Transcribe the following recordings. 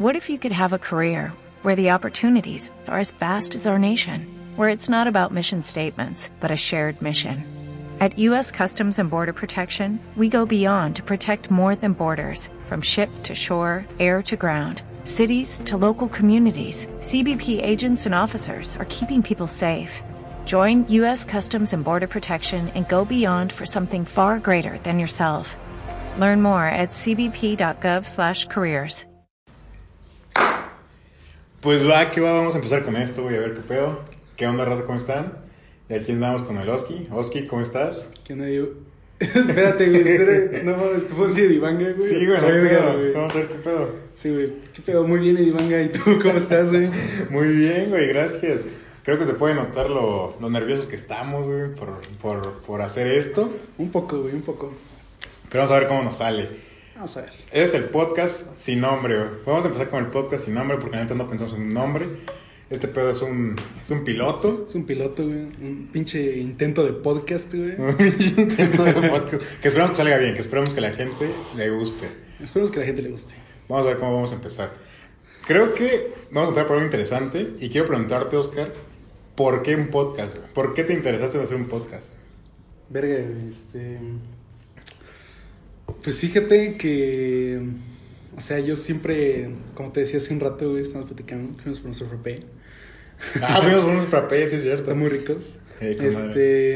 What if you could have a career where the opportunities are as vast as our nation, where it's not about mission statements, but a shared mission? At U.S. Customs and Border Protection, we go beyond to protect more than borders. From ship to shore, air to ground, cities to local communities, CBP agents and officers are keeping people safe. Join U.S. Customs and Border Protection and go beyond for something far greater than yourself. Learn more at cbp.gov/careers. Pues va, ¿qué va? Vamos a empezar con esto, güey, a ver qué pedo. ¿Qué onda, raza? ¿Cómo están? Y aquí andamos con el Oski. Oski, ¿cómo estás? ¿Qué onda, yo? Espérate, güey, no mames, tu voz así de Edivanga, güey. Sí, güey, no hay pedo, güey. Vamos a ver qué pedo. Sí, güey, qué pedo, muy bien, Edivanga. ¿Y tú cómo estás, güey? Muy bien, güey, gracias. Creo que se puede notar lo nerviosos que estamos, güey, por hacer esto. Un poco, güey, un poco. Pero vamos a ver cómo nos sale. Vamos a ver. Es el podcast sin nombre, güey. Vamos a empezar con el podcast sin nombre porque neta no pensamos en un nombre. Este pedo es un piloto. Es un piloto, güey. Un pinche intento de podcast, güey. Un pinche intento de podcast. Que esperamos que salga bien, que esperamos que la gente le guste. Esperemos que a la gente le guste. Vamos a ver cómo vamos a empezar. Creo que vamos a empezar por algo interesante. Y quiero preguntarte, Oscar, ¿por qué un podcast, güey? ¿Por qué te interesaste en hacer un podcast? Verga, pues fíjate que, o sea, yo siempre, como te decía hace un rato, güey, estamos platicando, fuimos por nuestro frappé. Fuimos por unos frappés, sí es cierto. Están muy ricos. Que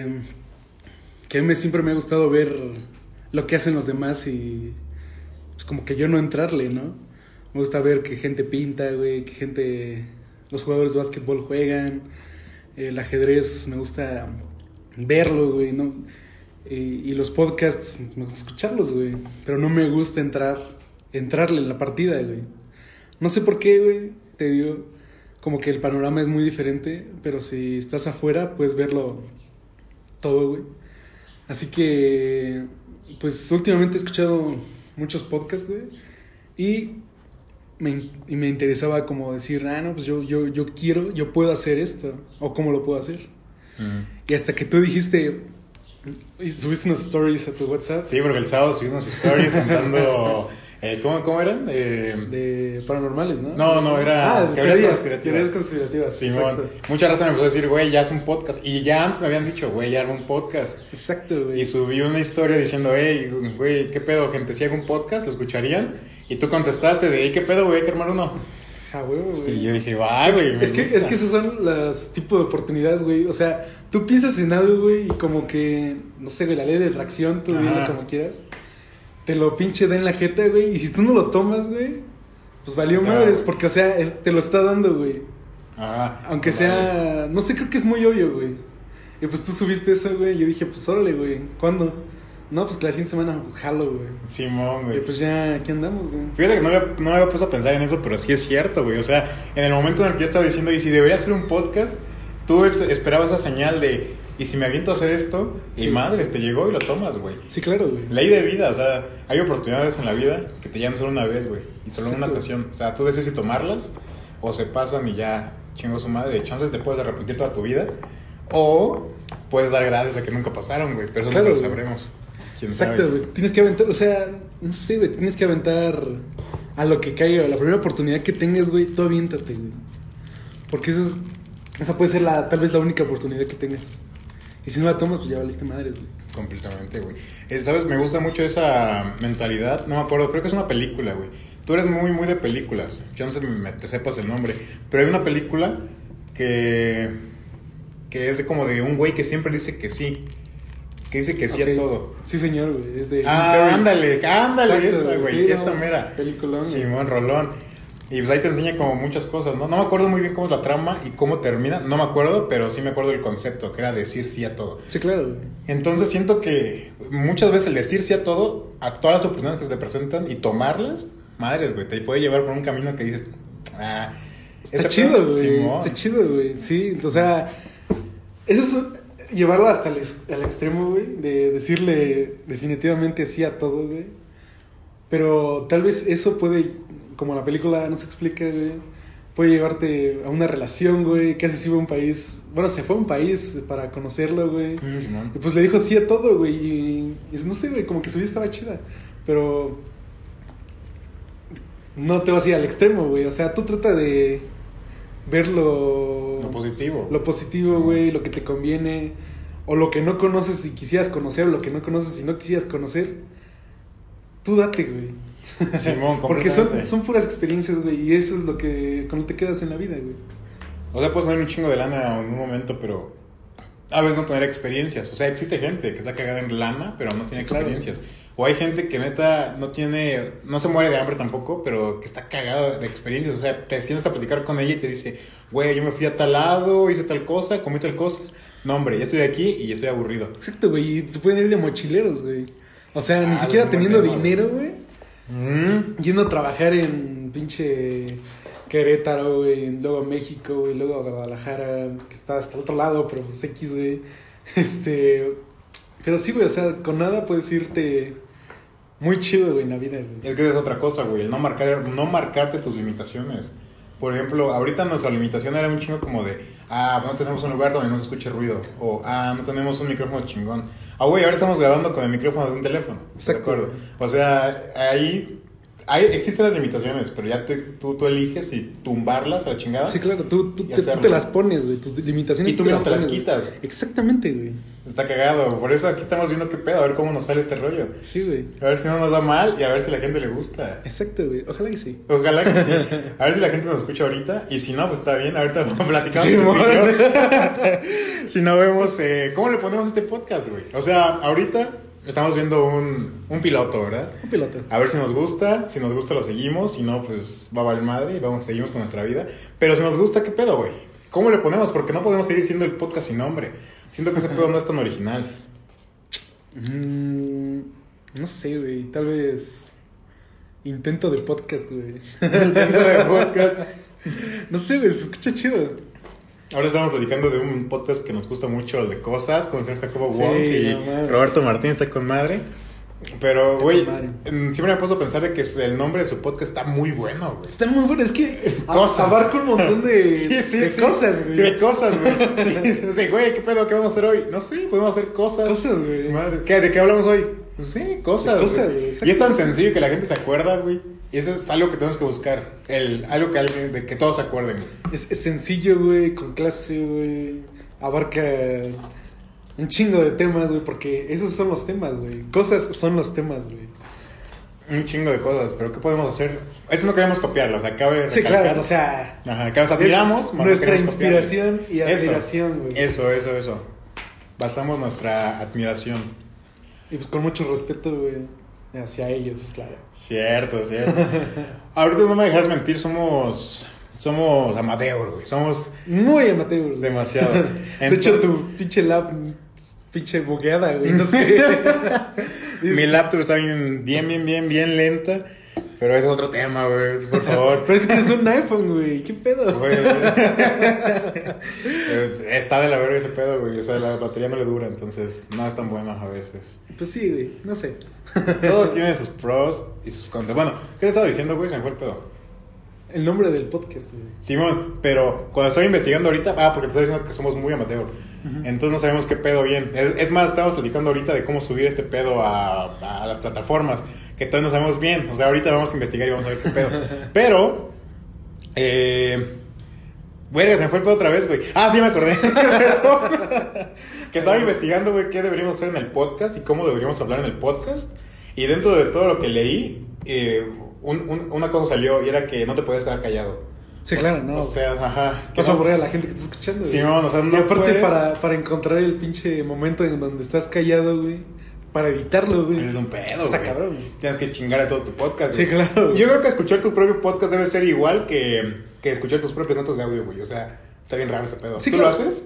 a mí siempre me ha gustado ver lo que hacen los demás y, pues como que yo no entrarle, ¿no? Me gusta ver que gente pinta, güey, los jugadores de básquetbol juegan, el ajedrez, me gusta verlo, güey, ¿no? Y los podcasts, me gusta escucharlos, güey. Pero no me gusta entrarle en la partida, güey. No sé por qué, güey. Te digo, como que el panorama es muy diferente. Pero si estás afuera, puedes verlo todo, güey. Así que, pues últimamente he escuchado muchos podcasts, güey. Y me interesaba como decir, no, pues yo puedo hacer esto. O cómo lo puedo hacer. Y hasta que tú dijiste... ¿Y subiste unos stories a tu WhatsApp? Sí, porque el sábado subí unos stories contando... ¿Cómo eran? De paranormales, ¿no? No, era... teorías conspirativas. Simón. Mucha raza me empezó a decir, güey, ya es un podcast. Y ya antes me habían dicho, güey, ya era un podcast. Exacto, güey. Y subí una historia diciendo, güey, ¿qué pedo, gente? Si hago un podcast, ¿lo escucharían? Y tú contestaste de, ¿qué pedo, güey? ¿Hay que armar uno? Güey. Y yo dije, va, güey. Es que esos son los tipos de oportunidades, güey. O sea, tú piensas en algo, güey, y como que, no sé, güey, la ley de atracción, tú dile como quieras, te lo pinche da en la jeta, güey. Y si tú no lo tomas, güey, pues valió madres, porque, o sea, te lo está dando, güey. Aunque sea, no sé, creo que es muy obvio, güey. Y pues tú subiste eso, güey. Y yo dije, pues órale, güey, ¿cuándo? No, pues que la siguiente semana, pues jalo, güey. Simón, güey. Y pues ya, aquí andamos, güey. Fíjate que no me había puesto a pensar en eso, pero sí es cierto, güey. O sea, en el momento en el que yo estaba diciendo, y si debería hacer un podcast, tú esperabas esa señal de, y si me aviento a hacer esto, y madres, te llegó y lo tomas, güey. Sí, claro, güey. Ley de vida, o sea, hay oportunidades en la vida que te llegan solo una vez, güey. Y solo en una ocasión. O sea, tú decides si tomarlas, o se pasan y ya chingó su madre. Chances te puedes arrepentir toda tu vida, o puedes dar gracias a que nunca pasaron, güey. Pero eso nunca lo sabremos. Exacto, güey. Tienes que aventar, o sea, no sé, güey, tienes que aventar a lo que caiga. La primera oportunidad que tengas, güey, tú aviéntate, güey. Porque esa puede ser tal vez la única oportunidad que tengas. Y si no la tomas, pues ya valiste madres, güey. Completamente, güey. ¿Sabes? Me gusta mucho esa mentalidad. No me acuerdo, creo que es una película, güey. Tú eres muy, muy de películas. Yo no sé si te sepas el nombre. Pero hay una película que es como de un güey que siempre dice que sí. Que dice que sí a todo. Sí, señor, güey. Es de ándale, exacto, esa, güey. Sí, esa mera. Peliculón. Simón Rolón. Y pues ahí te enseña como muchas cosas, ¿no? No me acuerdo muy bien cómo es la trama y cómo termina. No me acuerdo, pero sí me acuerdo del concepto, que era decir sí a todo. Sí, claro, güey. Entonces siento que muchas veces el decir sí a todo, a todas las oportunidades que se te presentan y tomarlas, madres, güey, te puede llevar por un camino que dices, está chido, güey. Está chido, güey. Sí, o sea, eso es llevarlo hasta el extremo, güey, de decirle definitivamente sí a todo, güey. Pero tal vez eso puede, como la película nos explica, güey, puede llevarte a una relación, güey. Casi se iba a un país, bueno, se fue a un país para conocerlo, güey. Y pues le dijo sí a todo, güey. Y no sé, güey, como que su vida estaba chida. Pero no te vas a ir al extremo, güey. O sea, tú trata de ver Lo positivo. Lo positivo, Sí. güey, lo que te conviene. O lo que no conoces y quisieras conocer, o lo que no conoces y no quisieras conocer. Tú date, güey. Simón, Porque completamente. son puras experiencias, güey. Y eso es lo que con lo que te quedas en la vida, güey. O sea, puedes tener un chingo de lana en un momento, pero a veces no tener experiencias. O sea, existe gente que está cagada en lana, pero no tiene Sí, claro. experiencias. O hay gente que neta no se muere de hambre tampoco, pero que está cagada de experiencias. O sea, te sientas a platicar con ella y te dice, güey, yo me fui a tal lado, hice tal cosa, comí tal cosa. No, hombre, ya estoy aquí y estoy aburrido. Exacto, güey. Y se pueden ir de mochileros, güey. O sea, ni Ah, siquiera es un buen teniendo tema, dinero, güey. Yendo a trabajar en pinche Querétaro, güey. Luego a México, güey. Luego a Guadalajara, que está hasta el otro lado, pero pues X, güey. Pero sí, güey, o sea, con nada puedes irte muy chido, güey, en la vida, güey. Es que esa es otra cosa, güey, el no marcarte tus limitaciones. Por ejemplo, ahorita nuestra limitación era un chingo como de, no tenemos un lugar donde no se escuche ruido. O, no tenemos un micrófono chingón. Güey, ahora estamos grabando con el micrófono de un teléfono. ¿Estás de Exacto. acuerdo? O sea, ahí existen las limitaciones, pero ya tú eliges si tumbarlas a la chingada. Sí, claro, tú Y te hacerlo. las pones, güey, tus limitaciones. Y tú mismo te las pones, quitas. güey. Exactamente, güey. Está cagado. Por eso aquí estamos viendo qué pedo, a ver cómo nos sale este rollo. Sí, güey. A ver si no nos va mal y a ver si a la gente le gusta. Exacto, güey. Ojalá que sí. Ojalá que sí. A ver si la gente nos escucha ahorita. Y si no, pues está bien. Ahorita platicamos Sí, tú y mon. yo. Si no vemos, ¿cómo le ponemos a este podcast, güey? O sea, ahorita estamos viendo un piloto, ¿verdad? Un piloto. A ver si nos gusta. Si nos gusta, lo seguimos. Si no, pues va a valer madre y seguimos con nuestra vida. Pero si nos gusta, ¿qué pedo, güey? ¿Cómo le ponemos? Porque no podemos seguir siendo el podcast sin nombre. Siento que ese pedo no es tan original. No sé, güey. Tal vez intento de podcast, güey. Intento de podcast. No sé, güey. Se escucha chido. Ahora estamos platicando de un podcast que nos gusta mucho, el de Cosas, con el señor Jacobo Sí, Wong y no mames. Roberto Martín está con madre. Pero, Está güey, con madre. siempre me he puesto a pensar de que el nombre de su podcast está muy bueno, güey. Está muy bueno. Es que Cosas. abarca un montón de, Sí. de cosas, güey. De cosas, güey. Sí, o sea, güey, ¿qué pedo? ¿Qué vamos a hacer hoy? No sé, podemos hacer cosas. Cosas, güey. Madre, ¿de qué hablamos hoy? Pues sí, cosas. De cosas, güey. güey, Y es tan exactamente. sencillo que la gente se acuerda, güey. Y eso es algo que tenemos que buscar. Algo de que todos se acuerden, güey. Es sencillo, güey. Con clase, güey. Abarca un chingo de temas, güey. Porque esos son los temas, güey. Cosas son los temas, güey. Un chingo de cosas, pero ¿qué podemos hacer? Eso no queremos copiarlo, o sea, cabe Sí, recalcar. claro, o sea. Ajá, que los admiramos, es más no nuestra queremos copiarles. inspiración y admiración, güey. Eso. Basamos nuestra admiración. Y pues con mucho respeto, güey, hacia ellos, claro. Cierto. Ahorita no me dejarás mentir, somos amateur, güey. Somos Muy amateurs. demasiado. De hecho, Entonces, tu pinche lap, pinche bugueada, güey, no sé. mi laptop está bien lenta. Pero ese es otro tema, güey, por favor. Pero es que tienes un iPhone, güey, ¿qué pedo? Güey. Está de la verga ese pedo, güey. O sea, la batería no le dura, entonces no es tan bueno a veces. Pues sí, güey, no sé. Todo tiene sus pros y sus contras. Bueno, ¿qué te estaba diciendo, güey? Se me fue el pedo. El nombre del podcast, güey. Simón, pero cuando estoy investigando ahorita, porque te estoy diciendo que somos muy amateur. Entonces no sabemos qué pedo bien. Es más, estamos platicando ahorita de cómo subir este pedo a las plataformas, que todavía no sabemos bien. O sea, ahorita vamos a investigar y vamos a ver qué pedo. Pero, güey, se me fue el pedo otra vez, güey. Sí, me acordé. Que estaba investigando, güey, qué deberíamos hacer en el podcast y cómo deberíamos hablar en el podcast. Y dentro de todo lo que leí, una cosa salió y era que no te podías quedar callado. Sí, claro, no. O sea, ajá. Que Vas a no- aburrir a la gente que está escuchando, güey. Sí, no, o sea, no y aparte puedes- para encontrar el pinche momento en donde estás callado, güey, para evitarlo, güey. Es un pedo, Está güey. cabrón, güey. Tienes que chingar a todo tu podcast, Sí, güey. claro, güey. Yo creo que escuchar tu propio podcast debe ser igual que escuchar tus propias notas de audio, güey. O sea, está bien raro ese pedo. Sí, ¿Tú claro. lo haces?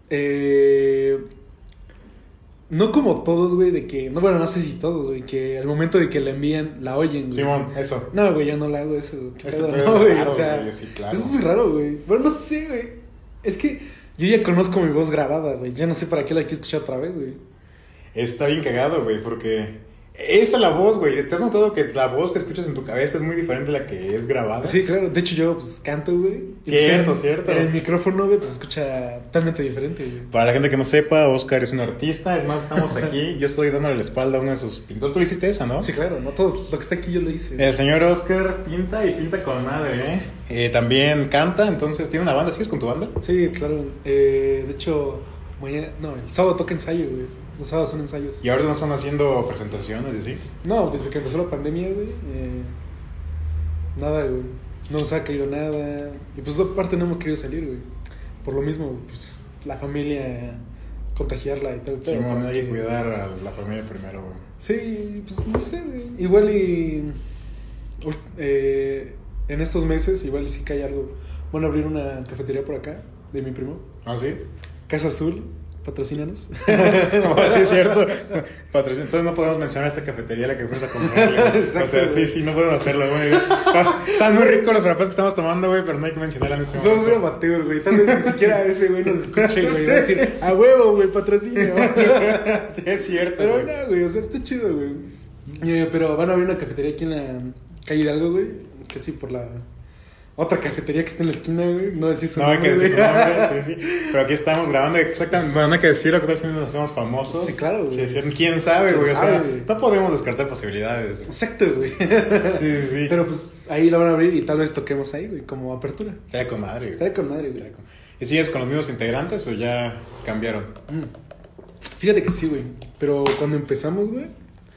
No como todos, güey, de que... No, bueno, no sé si todos, güey, que al momento de que la envían, la oyen, güey. Simón, eso. No, güey, yo no la hago eso. ¿Qué Ese pedo? pedo No, es güey, raro, o sea... güey, sí, claro. Eso es muy raro, güey. Bueno, no sé, güey. Es que yo ya conozco mi voz grabada, güey. Ya no sé para qué la quiero escuchar otra vez, güey. Está bien cagado, güey, porque Esa es la voz, güey. ¿Te has notado que la voz que escuchas en tu cabeza es muy diferente a la que es grabada? Sí, claro. De hecho, yo pues canto, güey. Cierto, cierto. En el micrófono, güey, pues se escucha totalmente diferente, güey. Para la gente que no sepa, Oscar es un artista. Es más, estamos aquí. Yo estoy dándole la espalda a uno de sus pintores. Tú le hiciste esa, ¿no? Sí, claro. No todos. Lo que está aquí yo lo hice. El señor Oscar pinta y pinta con madre, ¿eh? También canta, entonces tiene una banda. ¿Sigues con tu banda? Sí, claro. De hecho, mañana... No, el sábado toca ensayo, güey. Los sábados son ensayos. ¿Y ahora no están haciendo presentaciones y así? No, desde que empezó la pandemia, güey. Nada, güey. No nos ha caído nada. Y pues aparte no hemos querido salir, güey. Por lo mismo, pues la familia, contagiarla y tal. Sí, no hay que cuidar a la familia primero, güey. Sí, pues no sé, güey. Igual y... en estos meses, igual y sí cae algo. Van a abrir una cafetería por acá, de mi primo. ¿Ah, sí? Casa Azul. Patrocínanos. Sí, es cierto. Entonces no podemos mencionar esta cafetería a la que fuimos a comprar. O sea, sí, no podemos hacerlo, güey. Están muy ricos los frappés que estamos tomando, güey, pero no hay que mencionarla en este momento. Somos muy amateur, güey. Tal vez ni siquiera ese güey nos escuche, güey. Va a decir, a huevo, güey, patrocinio. Sí, es cierto. Pero no, güey, o sea, está chido, güey. Pero van a abrir una cafetería aquí en la calle Hidalgo, güey. Que sí, por la... Otra cafetería que está en la esquina, güey. No decir su nombre. No hay que decir su nombre, sí. Pero aquí estamos grabando exactamente. Bueno, no hay que decirlo, que tal vez nos hacemos famosos. Sí, claro, güey. Sí, quién sabe, güey. O sea, güey. No podemos descartar posibilidades. Exacto, güey. Sí. Pero pues ahí la van a abrir y tal vez toquemos ahí, güey, como apertura. Estaría con madre, güey. Estaría con madre, güey. ¿Y sigues con los mismos integrantes o ya cambiaron? Fíjate que sí, güey. Pero cuando empezamos, güey,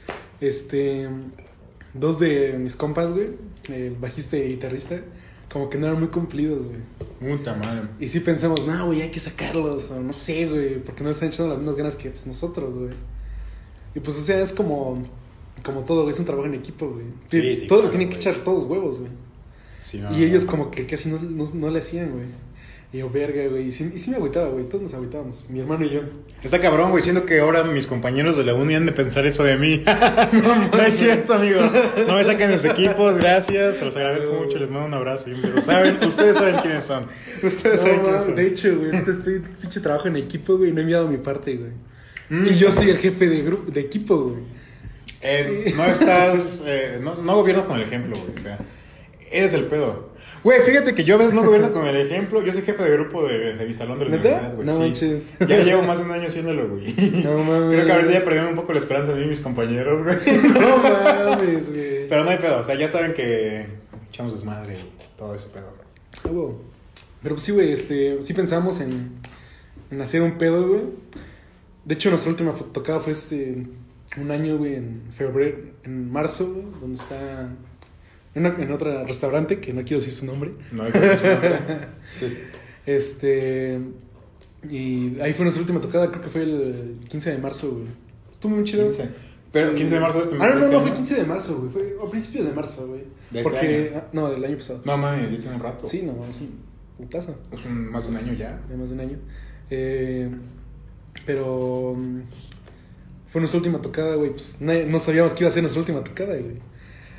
dos de mis compas, güey, el bajista y guitarrista, como que no eran muy cumplidos, güey. Puta madre. Y sí pensamos, no, güey, hay que sacarlos, o no sé, güey, porque no están echando las mismas ganas que pues, nosotros, güey. Y pues, o sea, es como todo, güey, es un trabajo en equipo, güey. Sí, todo claro, lo tienen que echar todos huevos, güey. Sí, y ellos como que casi no le hacían, güey. Y yo, verga, güey. Y sí me agüitaba, güey. Todos nos agüitábamos. Mi hermano y yo. Está cabrón, güey. Siento que ahora mis compañeros de la uni han de pensar eso de mí. No es cierto, amigo. No me saquen de sus equipos. Gracias. Se los agradezco mucho. Les mando un abrazo y un beso. Ustedes saben quiénes son. Ustedes saben quiénes son. De hecho, güey. Ahorita estoy pinche trabajo en equipo, güey. No he enviado mi parte, güey. Y yo soy el jefe de equipo, güey. No estás... no gobiernas con el ejemplo, güey. O sea, eres el pedo. Güey, fíjate que yo a veces no gobierno con el ejemplo. Yo soy jefe de grupo de mi salón de la universidad, güey. No sí. manches. Ya llevo más de un año haciéndolo, güey. No mames. Creo que ahorita ya perdieron un poco la esperanza de mí y mis compañeros, güey. No mames, güey. Pero no hay pedo. O sea, ya saben que echamos desmadre y todo ese pedo. Ah, wow. Pero pues sí, güey, sí pensamos en hacer un pedo, güey. De hecho, nuestra última tocada fue un año, güey, en febrero, en marzo, güey, donde está... En otro restaurante, que no quiero decir su nombre. No hay que decir su nombre. Sí. Y ahí fue nuestra última tocada, creo que fue el 15 de marzo, güey. Estuvo muy chido. 15. Pero 15 de marzo de este mes. No, fue 15 de marzo, güey. Fue a principios de marzo, güey. ¿De este año? No, del año pasado. No, mames, ya tiene un rato. Sí, no, es un putazo. Es más de un año ya. De más de un año. Pero fue nuestra última tocada, güey. Pues no sabíamos que iba a ser nuestra última tocada, güey.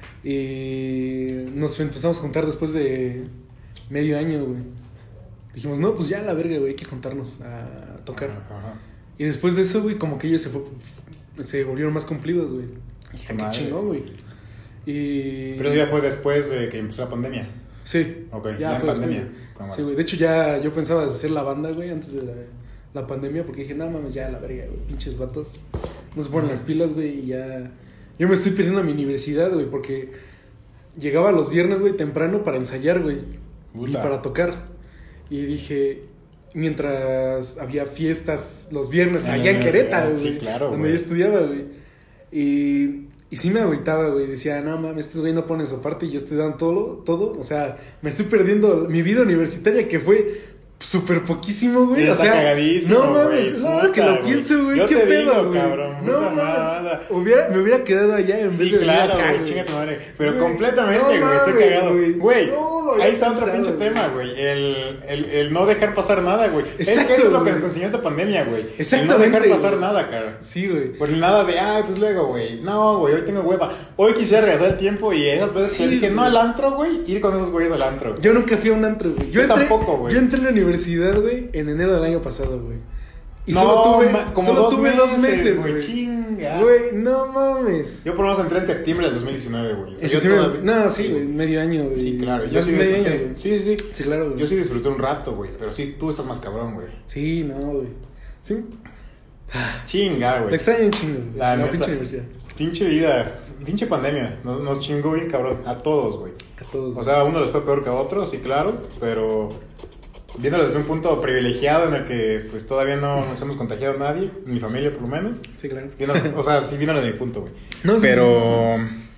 Y nos empezamos a juntar después de medio año, güey. Dijimos, no, pues ya la verga, güey, hay que juntarnos a tocar. Ajá. Y después de eso, güey, como que ellos se volvieron más cumplidos, güey. Dije, qué chingón, güey. Pero eso ya fue después de que empezó la pandemia. Sí. Ok, ya en pandemia. Sí, güey. De hecho, ya yo pensaba hacer la banda, güey, antes de la pandemia, porque dije, no mames, ya la verga, güey, pinches vatos. No se ponen las pilas, güey, y ya... Yo me estoy perdiendo a mi universidad, güey, porque llegaba los viernes, güey, temprano para ensayar, güey. Y para tocar. Y dije, mientras había fiestas los viernes allá en Querétaro, güey. Sí, claro, donde yo estudiaba, güey. Y sí me agüitaba, güey. Decía, no mames, estos güey no ponen su parte y yo estoy dando todo. O sea, me estoy perdiendo mi vida universitaria, que fue súper poquísimo, güey. O sea, cagadísimo, no mames, no, que lo pienso, güey. ¿Qué pedo, güey? Cabrón, no mames. Me hubiera quedado allá en vez de venir claro, acá, güey, chinga tu madre. Pero güey, completamente, güey, no estoy mames, cagado. Güey, ahí está otro pinche güey. tema, güey. El no dejar pasar nada, güey. Exacto, es que eso es lo que güey. nos enseñó esta pandemia, güey. El no Exactamente, dejar pasar güey. nada, cara. Sí, güey. Pues nada de, pues luego, güey. No, güey, hoy tengo hueva. Hoy quisiera regresar el tiempo y esas veces Sí, que dije, güey. no al antro, güey, ir con esos güeyes al antro. Yo nunca fui a un antro, güey. Yo tampoco, güey. Yo entré a la universidad, güey, en enero del año pasado, güey. Y No, como solo 2 tuve 2 meses, güey. güey. Chinga. Güey, no mames. Yo por lo menos entré en septiembre del 2019, güey. O sea, En yo septiembre- todavía... No, sí, güey, medio año, güey. Sí, claro. Yo Más sí de medio disfruté. año, güey. Sí, sí. Sí, claro, güey. Yo sí disfruté un rato, güey. Pero sí, tú estás más cabrón, güey. Sí, no, güey. Sí. Chinga, Te güey. extraño un chingo, güey. La La neta. pinche universidad. Pinche vida. Pinche pandemia. Nos chingó bien, cabrón. A todos, güey. A todos. O sea, a uno les fue peor que a otros, sí, claro. Pero viéndolo desde un punto privilegiado en el que pues todavía no nos hemos contagiado a nadie. Mi familia, por lo menos. Sí, claro. O sea, sí, viéndolo desde mi punto, güey. No, sí, Pero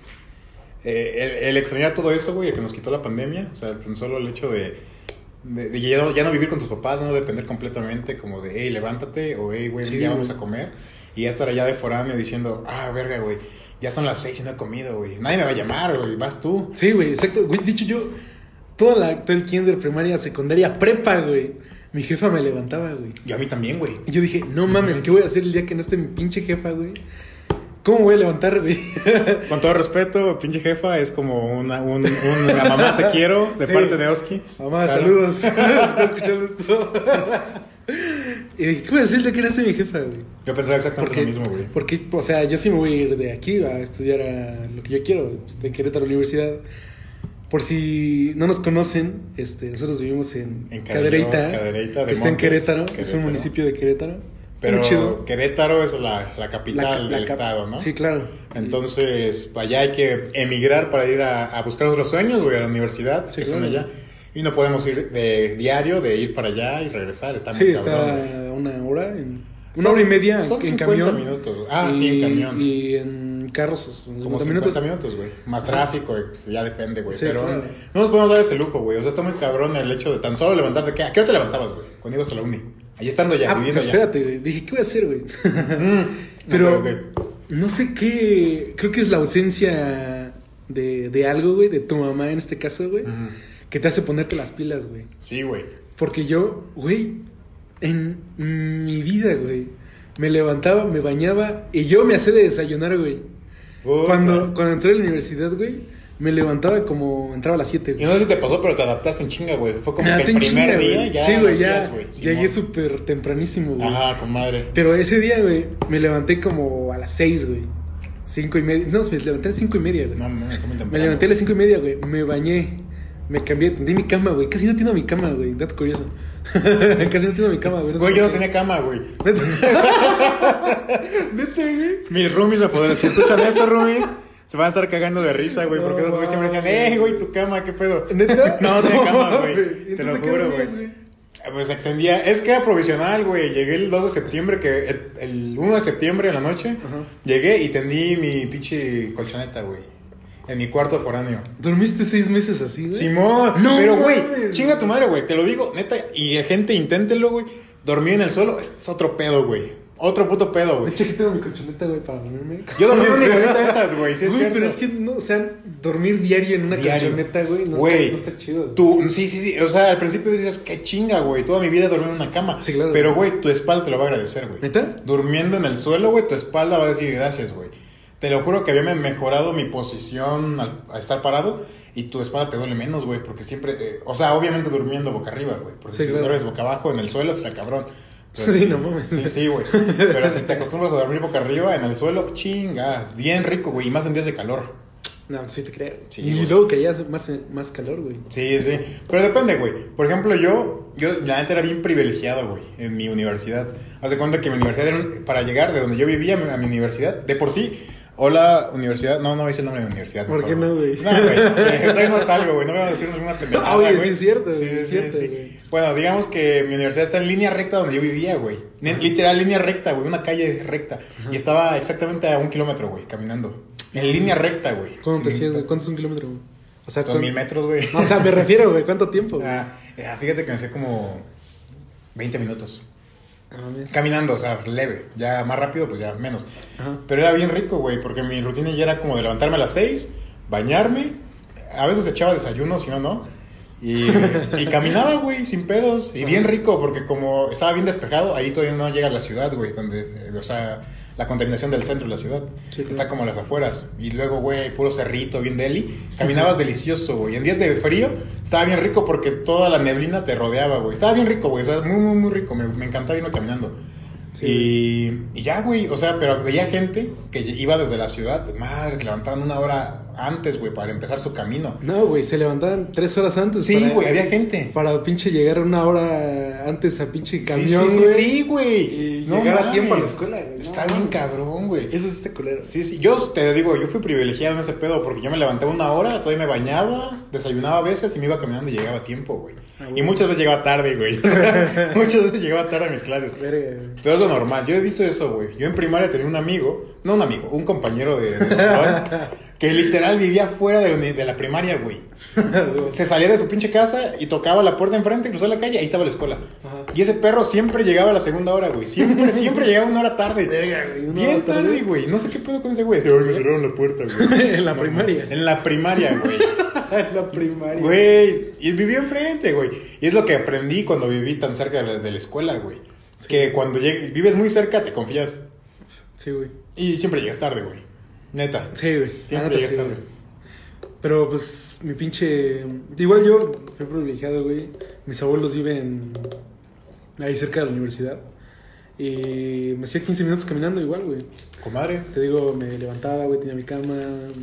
el extrañar todo eso, güey, el que nos quitó la pandemia, o sea, tan solo el hecho de ya no vivir con tus papás, no depender completamente como de, hey, levántate, o hey, güey, Sí, ya güey. vamos a comer, y ya estar allá de foráneo diciendo, verga, güey, ya son las 6 y no he comido, güey, nadie me va a llamar, güey, vas tú. Sí, güey, exacto. Güey, dicho yo, todo el kinder, primaria, secundaria, prepa, güey. Mi jefa me levantaba, güey. Y a mí también, güey. Y yo dije, no mames, ¿qué voy a hacer el día que no esté mi pinche jefa, güey? ¿Cómo me voy a levantar, güey? Con todo respeto, pinche jefa, es como una mamá te quiero, de Sí. parte de Oski. Mamá, Claro. saludos. Si está escuchando esto. Y dije, ¿qué voy a hacer el día que no esté mi jefa, güey? Yo pensaba exactamente lo mismo, güey. Porque, o sea, yo sí me voy a ir de aquí a estudiar a lo que yo quiero, Querétaro Universidad. Por si no nos conocen, nosotros vivimos en Cadereyta, Cadereyta, de que está en Montes, Querétaro, es Querétaro. un municipio de Querétaro. Está Pero muy chido. Querétaro es la capital del cap- estado, ¿no? Sí, claro. Entonces, allá hay que emigrar para ir a buscar otros sueños, güey, a la universidad, Sí, que están claro. allá. Y no podemos ir de diario, de ir para allá y regresar, está Sí, muy está cabrón, güey. una hora, una hora y media Son en 50 camión. minutos. Sí, en camión. Y en carros, Como 50 50 minutos, güey. Más tráfico, ya depende, güey. Sí, Pero claro. no nos podemos dar ese lujo, güey. O sea, está muy cabrón el hecho de tan solo levantarte. ¿A qué hora te levantabas, güey? Cuando ibas a la uni. Ahí estando ya, viviendo pues ya. espérate, güey. Dije, ¿qué voy a hacer, güey? Pero Ok. no sé qué. Creo que es la ausencia de algo, güey, de tu mamá en este caso, güey, Ujú. que te hace ponerte las pilas, güey. Sí, güey. Porque yo, güey, en mi vida, güey, me levantaba, me bañaba y yo me hacía de desayunar, güey. Puta. Cuando entré a la universidad, güey, me levantaba como. Entraba a las 7, Y güey. no sé si te pasó, pero te adaptaste en chinga, güey. Fue como Me que adapté el en primer chinga, día güey. ya. Sí, lo güey, hacías, ya. güey. Llegué Simón. súper tempranísimo, güey. Ajá, comadre. Pero ese día, güey, me levanté como a las 6, güey. 5:30. No, me levanté a las 5:30, güey. No, no, está muy temprano. Me levanté a las 5:30, güey. Me bañé. Me cambié, tendí mi cama, güey. Casi no tengo mi cama, güey. Dato curioso. Casi no tengo mi cama, güey. sé Güey, por yo no qué. tenía cama, güey. Neta, güey. Mis roomies me podrán. Si escuchan esto, roomies, se van a estar cagando de risa, güey. Porque No, esos güeyes siempre decían, güey, tu cama, ¿qué pedo? ¿Neta? No tenía cama, güey. ¿Y Te lo entonces qué juro, dormías, güey. Pues extendía. Es que era provisional, güey. Llegué el 2 de septiembre, que el 1 de septiembre en la noche. Ajá. Llegué y tendí mi pinche colchoneta, güey. En mi cuarto foráneo. ¿Dormiste 6 meses así, güey? Simón, No pero güey, mames. chinga tu madre, güey, te lo digo, neta, y gente, inténtenlo, güey. Dormir en el suelo es otro pedo, güey. Otro puto pedo, De güey. hecho, aquí tengo mi colchoneta, güey, para dormirme. Yo dormí en una igualita de esas, güey, sí es Güey, cierto. pero es que no, o sea, dormir diario en una Diario. colchoneta, güey, no, Güey, no está chido. Güey. Tú, sí, o sea, al principio dices, qué chinga, güey, toda mi vida he dormido en una cama. Sí, claro. Pero, güey, tu espalda te lo va a agradecer, güey. ¿Neta? Durmiendo en el suelo, güey, tu espalda va a decir gracias, güey. Te lo juro que había mejorado mi posición a estar parado y tu espalda te duele menos, güey, porque siempre, o sea, obviamente durmiendo boca arriba, güey, porque Sí, si te claro. duermes boca abajo en el suelo, está cabrón. Pero Sí, no mames. Sí, güey. Pero si te acostumbras a dormir boca arriba en el suelo, chingas, bien rico, güey, y más en días de calor. No, sí te creo. Sí, y güey. luego que ya más calor, güey. Sí, pero depende, güey. Por ejemplo, yo la neta era bien privilegiado, güey, en mi universidad. Haz de cuenta que mi universidad era para llegar de donde yo vivía a mi universidad, de por sí. Hola, universidad. No voy a decir el nombre de mi universidad. ¿Por qué mejor, no, güey? No, güey. Todavía no salgo, güey. No me voy a decir ninguna pendejada. Ah, oye, güey. sí es cierto, güey, es cierto, sí. güey. Bueno, digamos que mi universidad está en línea recta donde yo vivía, güey. Literal, línea recta, güey. Una calle recta. Y estaba exactamente a 1 kilómetro, güey, caminando. En línea recta, güey. ¿Cuánto te Sin- hacías, güey? ¿Cuánto es un kilómetro, güey? O sea, 2000 metros, güey. No, o sea, me refiero, güey, ¿cuánto tiempo, güey? Fíjate que me hacía como 20 minutos. Ah, mames. Caminando, o sea, leve. Ya más rápido, pues ya menos. Ajá. Pero era bien rico, güey, porque mi rutina ya era como de levantarme a las 6, bañarme. A veces echaba desayuno, si no, no. Y caminaba, güey, sin pedos. Y bien rico, porque como estaba bien despejado, ahí todavía no llega a la ciudad, güey, donde, o sea, la contaminación del centro de la ciudad. Sí, claro. Está como a las afueras. Y luego, güey, puro cerrito, bien deli. Caminabas delicioso, güey. En días de frío estaba bien rico porque toda la neblina te rodeaba, güey. Estaba bien rico, güey. O sea, muy rico. Me encantaba irme caminando. Sí. Y ya, güey, o sea, pero veía gente que iba desde la ciudad, madre, se levantaban 1 hora antes, güey, para empezar su camino. No, güey, se levantaban 3 horas antes. Sí, güey, había gente. Para pinche llegar 1 hora antes a pinche camión, güey. Sí, güey. Y no llegar a tiempo a la escuela, güey. Está bien cabrón, güey. Eso es culero. Sí. Yo te digo, yo fui privilegiado en ese pedo porque yo me levantaba 1 hora, todavía me bañaba, desayunaba a veces y me iba caminando y llegaba a tiempo, güey. Y muchas veces llegaba tarde, güey. O sea, muchas veces llegaba tarde a mis clases. Verga, pero es lo normal. Yo he visto eso, güey. Yo en primaria tenía un compañero de salón que literal vivía fuera de la primaria, güey. Se salía de su pinche casa y tocaba la puerta enfrente, cruzó la calle, ahí estaba la escuela. Ajá. Y ese perro siempre llegaba a la segunda hora, güey. Siempre llegaba 1 hora tarde. Verga, güey. Bien tarde, güey. No sé qué pedo con ese güey. Me cerraron la puerta, güey. En la primaria. En la primaria, güey. En la primaria. Güey. Y vivía enfrente, güey. Y es lo que aprendí cuando viví tan cerca de la escuela, güey. Sí. Que cuando vives muy cerca, te confías. Sí, güey. Y siempre llegas tarde, güey. Neta. Sí, güey. Siempre llegas tarde. Güey. Pero pues mi pinche... Igual yo fui privilegiado, güey. Mis abuelos viven ahí cerca de la universidad. Y me hacía 15 minutos caminando igual, güey. Comadre. Te digo, me levantaba, güey, tenía mi cama,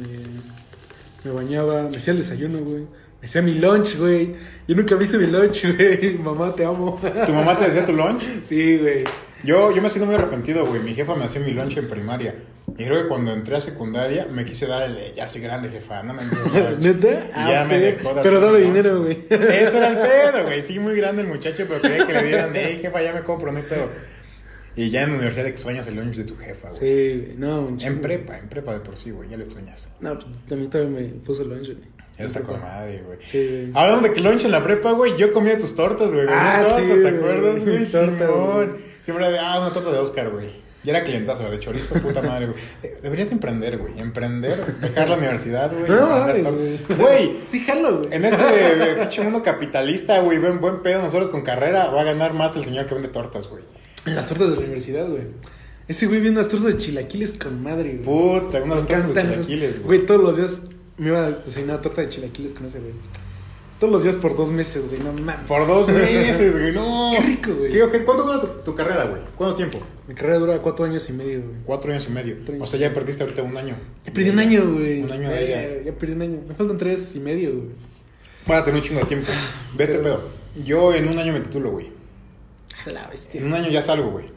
me bañaba, me hacía el desayuno, güey. Me hacía mi lunch, güey. Yo nunca me hice mi lunch, güey. Mamá, te amo. ¿Tu mamá te hacía tu lunch? Sí, güey. Yo me siento muy arrepentido, güey. Mi jefa me hacía mi lunch en primaria. Y creo que cuando entré a secundaria me quise dar ya soy grande, jefa, no me entiendes. ¿Neta? Y ya me dejó de pero dame dinero, güey. Ese era el pedo, güey. Sí, muy grande el muchacho, pero quería que le dieran, jefa, ya me compro, no hay pedo. Y ya en la universidad extrañas el lunch de tu jefa, güey. Sí, güey, no. En prepa de por sí, güey, ya lo extrañas. No, pues también todavía me puso el lunch, güey. Ya está con madre, güey. Sí, güey. Hablando de que lunch en la prepa, güey, yo comía tus tortas, güey. Tortas, sí, ¿te acuerdas, güey? Simón. Siempre de, una torta de Oscar, güey. Ya era clientazo, la de chorizo, puta madre, güey. Deberías emprender, güey. Dejar la universidad, güey. No, güey. Sí, jalo, güey. En este pinche mundo capitalista, güey, buen pedo, nosotros con carrera, va a ganar más el señor que vende tortas, güey. Las tortas de la universidad, güey. Ese güey viene unas tortas de chilaquiles con madre, güey. Puta, unas tortas de chilaquiles, güey. Todos los días me iba a desayunar torta de chilaquiles con ese güey. Todos los días por 2 meses, güey, no mames. Por 2 meses, güey, no. Qué rico, güey. ¿Cuánto dura tu carrera, güey? ¿Cuánto tiempo? Mi carrera dura 4 años y medio, güey. 4 años y medio. O sea, ya perdiste ahorita 1 año. Ya perdí 1 año, güey. 1 año de ella. Ya perdí 1 año. Me faltan 3 y medio, güey. Voy a tener un chingo de tiempo. Ve este pedo. Yo en 1 año me titulo, güey. A la bestia. En 1 año ya salgo, güey.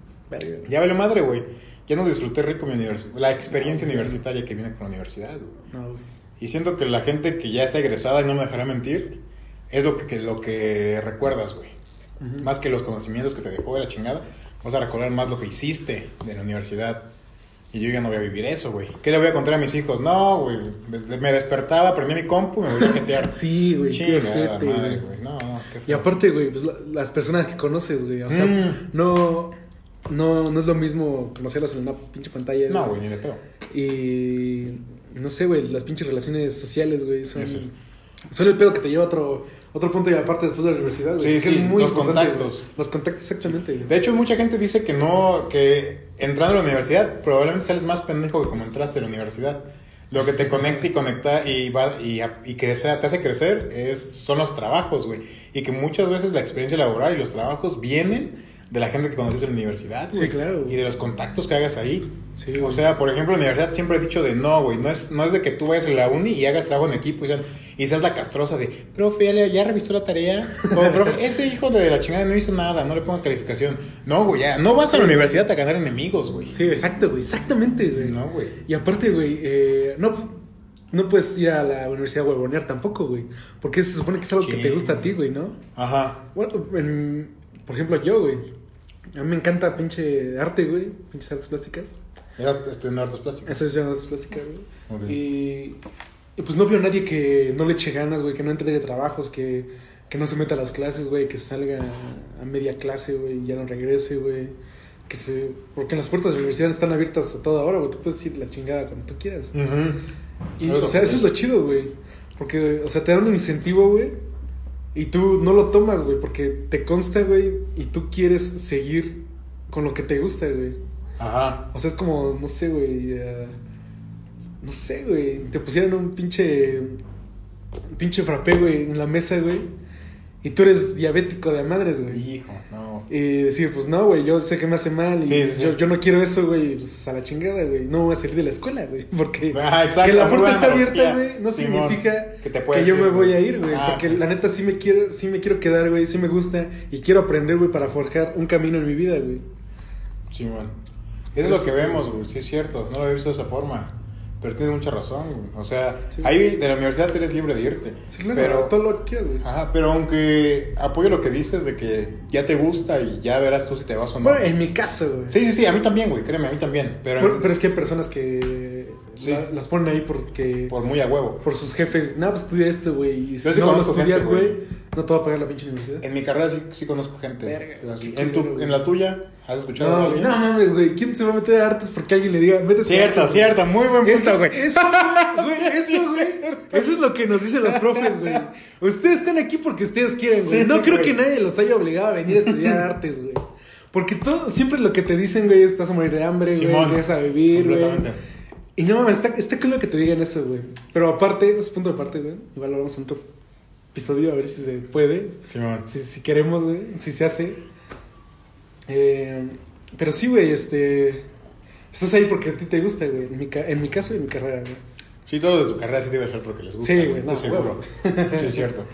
Ya vale madre, güey. Ya no disfruté rico la experiencia universitaria que viene con la universidad, güey. No, güey. Y siento que la gente que ya está egresada, y no me dejará mentir, es lo que recuerdas, güey. Uh-huh. Más que los conocimientos que te dejó de la chingada, vas a recordar más lo que hiciste de la universidad. Y yo ya no voy a vivir eso, güey. ¿Qué le voy a contar a mis hijos? No, güey. Me despertaba, prendí mi compu, me voy a jetear. Sí, güey. Chingada madre, güey. No, qué feo. Y aparte, güey, pues las personas que conoces, güey. O sea, no es lo mismo conocerlas en una pinche pantalla, güey. No, güey, ni de pedo. Y no sé, güey, las pinches relaciones sociales, güey, son el pedo que te lleva a otro punto y aparte después de la universidad, güey. Sí, es muy los contactos. Güey. Los contactos, exactamente, güey. De hecho, mucha gente dice que entrando a la universidad probablemente sales más pendejo que como entraste a la universidad. Lo que te conecta y conecta y crecer, te hace crecer son los trabajos, güey. Y que muchas veces la experiencia laboral y los trabajos vienen de la gente que conoces en la universidad, güey. Sí, claro, güey. Y de los contactos que hagas ahí. Sí, o sea, por ejemplo, en la universidad siempre he dicho de no, güey. No es de que tú vayas a la uni y hagas trabajo en equipo y seas la castrosa de, profe, ¿ya revisó la tarea? O, profe, ese hijo de la chingada no hizo nada, no le ponga calificación. No, güey, ya. No vas a la universidad a ganar enemigos, güey. Sí, exacto, güey. Exactamente, güey. No, güey. Y aparte, güey, no puedes ir a la universidad a huevonear tampoco, güey. Porque se supone que es algo que te gusta a ti, güey, ¿no? Ajá. Bueno, por ejemplo, yo, güey. A mí me encanta pinche arte, güey. Pinches artes plásticas. Estoy en artes plásticas. Estoy estudiando artes plásticas, güey. Okay. Y pues no veo a nadie que no le eche ganas, güey. Que no entregue trabajos, que no se meta a las clases, güey. Que salga a media clase, güey. Y ya no regrese, güey. Porque las puertas de la universidad están abiertas a toda hora, güey. Tú puedes ir la chingada cuando tú quieras. Uh-huh. Y, o sea, eso es lo chido, güey. Porque, o sea, te dan un incentivo, güey. Y tú no lo tomas, güey, porque te consta, güey, y tú quieres seguir con lo que te gusta, güey. Ajá. O sea, es como, no sé, güey, no sé, güey, te pusieran un pinche frappé, güey, en la mesa, güey, Y tú eres diabético de a madres, güey. Hijo, no. Y decir, pues no, güey, yo sé que me hace mal. Y Sí. yo no quiero eso, güey. Pues a la chingada, güey. No voy a salir de la escuela, güey. Porque Exacto, que la muy puerta buena está abierta, analogía, güey, no Simón, significa que te que puedes yo ir, me voy güey. a ir, güey. Porque la neta sí me quiero quedar, güey. Sí me gusta. Y quiero aprender, güey, para forjar un camino en mi vida, güey. Simón. Eso es lo que vemos, güey. Sí, es cierto. No lo había visto de esa forma. Pero tienes mucha razón, güey. O sea, Sí. ahí de la universidad eres libre de irte. Sí, claro, pero, todo lo que quieras, güey. ajá, pero aunque apoyo lo que dices de que ya te gusta y ya verás tú si te vas o no. Bueno, en mi caso, güey. Sí, a mí también, güey. Créeme, a mí también. Pero Pero es que hay personas que Sí. las ponen ahí porque... por muy a huevo. Por sus jefes. No, pues estudia esto, güey. Y si Yo sí no lo conozco estudias, gente, güey. güey, no te va a pagar la pinche universidad. En mi carrera sí conozco gente. Verga, Así. qué culero, güey. En la tuya, ¿has escuchado de No, alguien? güey, no mames, güey. ¿Quién se va a meter a artes porque alguien le diga, métete a artes? Cierto. Muy buen punto, güey. Eso, güey. Eso es lo que nos dicen los profes, güey. Ustedes están aquí porque ustedes quieren, güey. Sí, No creo güey. que nadie los haya obligado a venir a estudiar artes, güey. Porque siempre lo que te dicen, güey, es estás a morir de hambre, güey, Simón, que vas a vivir, güey. completamente. Y no mames, está claro que te digan eso, güey. Pero aparte, es punto de aparte, güey. Igual lo vamos a otro episodio a ver si se puede. Simón. Si queremos, güey. Si se hace. Pero sí, güey, estás ahí porque a ti te gusta, güey. En mi caso y en mi carrera, güey. Sí, todo de tu carrera sí debe ser porque les gusta. Sí, güey, güey, estoy no, seguro. huevo. Sí, es cierto.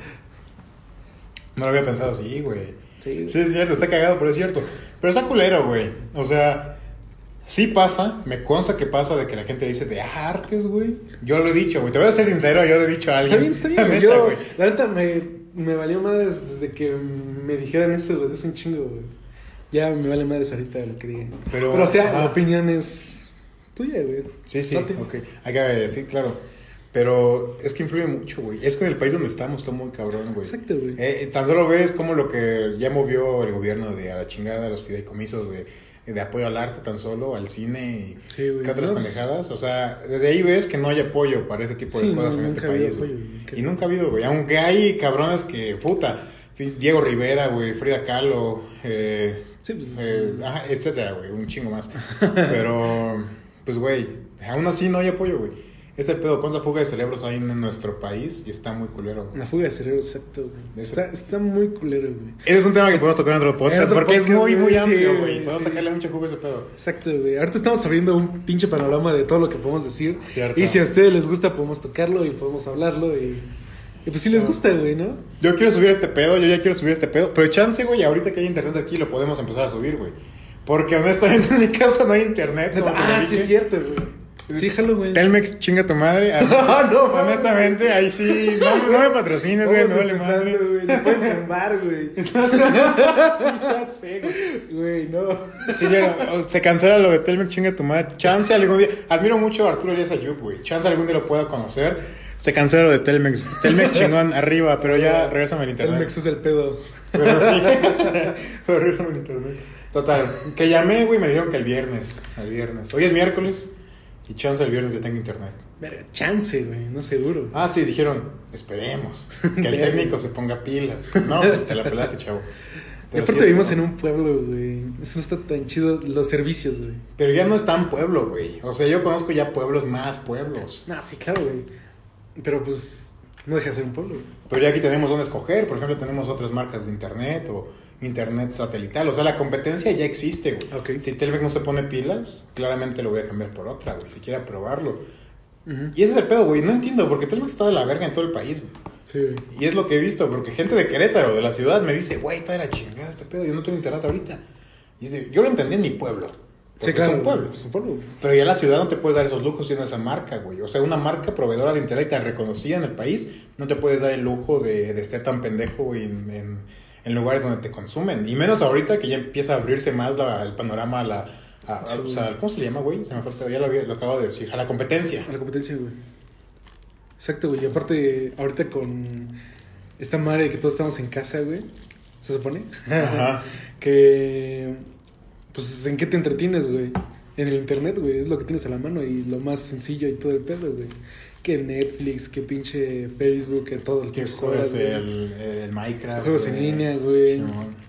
No lo había pensado así, güey. Sí, güey. Sí, es cierto, está cagado, pero es cierto. Pero está culero, güey. O sea, sí pasa, me consta que pasa de que la gente dice de artes, güey. Yo lo he dicho, güey. Te voy a ser sincero, yo lo he dicho a alguien. Está bien, La güey. neta, güey. La neta me valió madres desde que me dijeran eso, güey. Es un chingo, güey. Ya me vale madres ahorita lo que digan. Pero, o sea, ajá. la opinión es tuya, güey. Sí, Date. ok. Sí, claro. Pero es que influye mucho, güey. Es que en el país donde estamos está muy cabrón, güey. Exacto, güey. Tan solo ves como lo que ya movió el gobierno de a la chingada los fideicomisos de apoyo al arte tan solo, al cine y Sí, güey. ¿qué otras No, pendejadas? O sea, desde ahí ves que no hay apoyo para este tipo de Sí, cosas no, en este nunca ha habido país, güey. apoyo, güey. Y nunca ha habido, güey. Aunque hay cabrones que, puta, Diego Rivera, güey, Frida Kahlo, Sí, pues. etcétera, güey, un chingo más. Pero, pues, güey, aún así no hay apoyo, güey. Este pedo contra fuga de cerebros hay en nuestro país y está muy culero, güey. La fuga de cerebro, exacto, güey. Eso. Está muy culero, güey. Ese es un tema que podemos tocar en otro podcast, En otro porque podcast, es muy, muy güey, amplio, sí, güey. güey, Podemos sí. sacarle mucho jugo a ese pedo. Exacto, güey. Ahorita estamos abriendo un pinche panorama de todo lo que podemos decir. Cierto. Y si a ustedes les gusta, podemos tocarlo y podemos hablarlo. Y pues sí les gusta, güey, ¿no? Yo quiero subir este pedo, yo ya quiero subir este pedo. Pero chance, güey, ahorita que hay internet aquí lo podemos empezar a subir, güey. Porque honestamente en mi casa no hay internet. como te lo Sí, dije. es cierto, güey. Sí, jalo, güey. Telmex, chinga tu madre. No, Honestamente, ahí sí. No me patrocines, güey. Vamos Me vale empezando, madre. güey. Nos pueden firmar, güey. No sé, sí, ya sé, güey. Güey, no. Sí, ya, se cancela lo de Telmex, chinga tu madre. Chance algún día. Admiro mucho a Arturo Elías Ayub, güey. Chance algún día lo pueda conocer. Se cancela lo de Telmex. Telmex chingón arriba, pero ya regrésame al internet. El Mex es el pedo. Pero sí. Pero regrésame al internet. Total. Que llamé, güey, me dijeron que el viernes. Hoy es miércoles. Y chance el viernes ya tengo internet. Verga, chance, güey. No seguro. Ah, sí, dijeron, esperemos. Que el técnico se ponga pilas. No, pues te la pelaste, chavo. Y Pero aparte sí es vivimos como- en un pueblo, güey. Eso no está tan chido. Los servicios, güey. Pero ya no es tan pueblo, güey. O sea, yo conozco ya pueblos más pueblos. No, sí, claro, güey. Pero pues no deja de ser un pueblo, güey. Pero ya aquí tenemos donde escoger. Por ejemplo, tenemos otras marcas de internet o internet satelital. O sea, la competencia ya existe, güey. Ok. Si Telmex no se pone pilas, claramente lo voy a cambiar por otra, güey. Si quiere probarlo. Ujú. Y ese es el pedo, güey. No entiendo, porque Telmex está de la verga en todo el país, güey. Sí, güey. Y es lo que he visto, porque gente de Querétaro, de la ciudad, me dice, güey, está de la chingada este pedo, yo no tengo internet ahorita. Y dice, yo lo entendí en mi pueblo. Porque Sí, claro. es un pueblo. Es un pueblo, güey. Pero ya la ciudad no te puedes dar esos lujos siendo esa marca, güey. O sea, una marca proveedora de internet tan reconocida en el país, no te puedes dar el lujo de estar tan pendejo, güey, en lugares donde te consumen. Y menos ahorita que ya empieza a abrirse más el panorama Sí, o sea, ¿cómo se le llama, güey? Se me fue, ya lo acabo de decir, a la competencia. A la competencia, güey. Exacto, güey. Y aparte, ahorita con esta madre de que todos estamos en casa, güey. ¿Se supone? Ajá. Que... Pues, ¿en qué te entretienes, güey? En el internet, güey. Es lo que tienes a la mano y lo más sencillo y todo el pedo, güey. Que Netflix, que pinche Facebook, que todo. Que pinches juegas horas, güey. el Minecraft. Juegos en güey. línea, güey. Simón.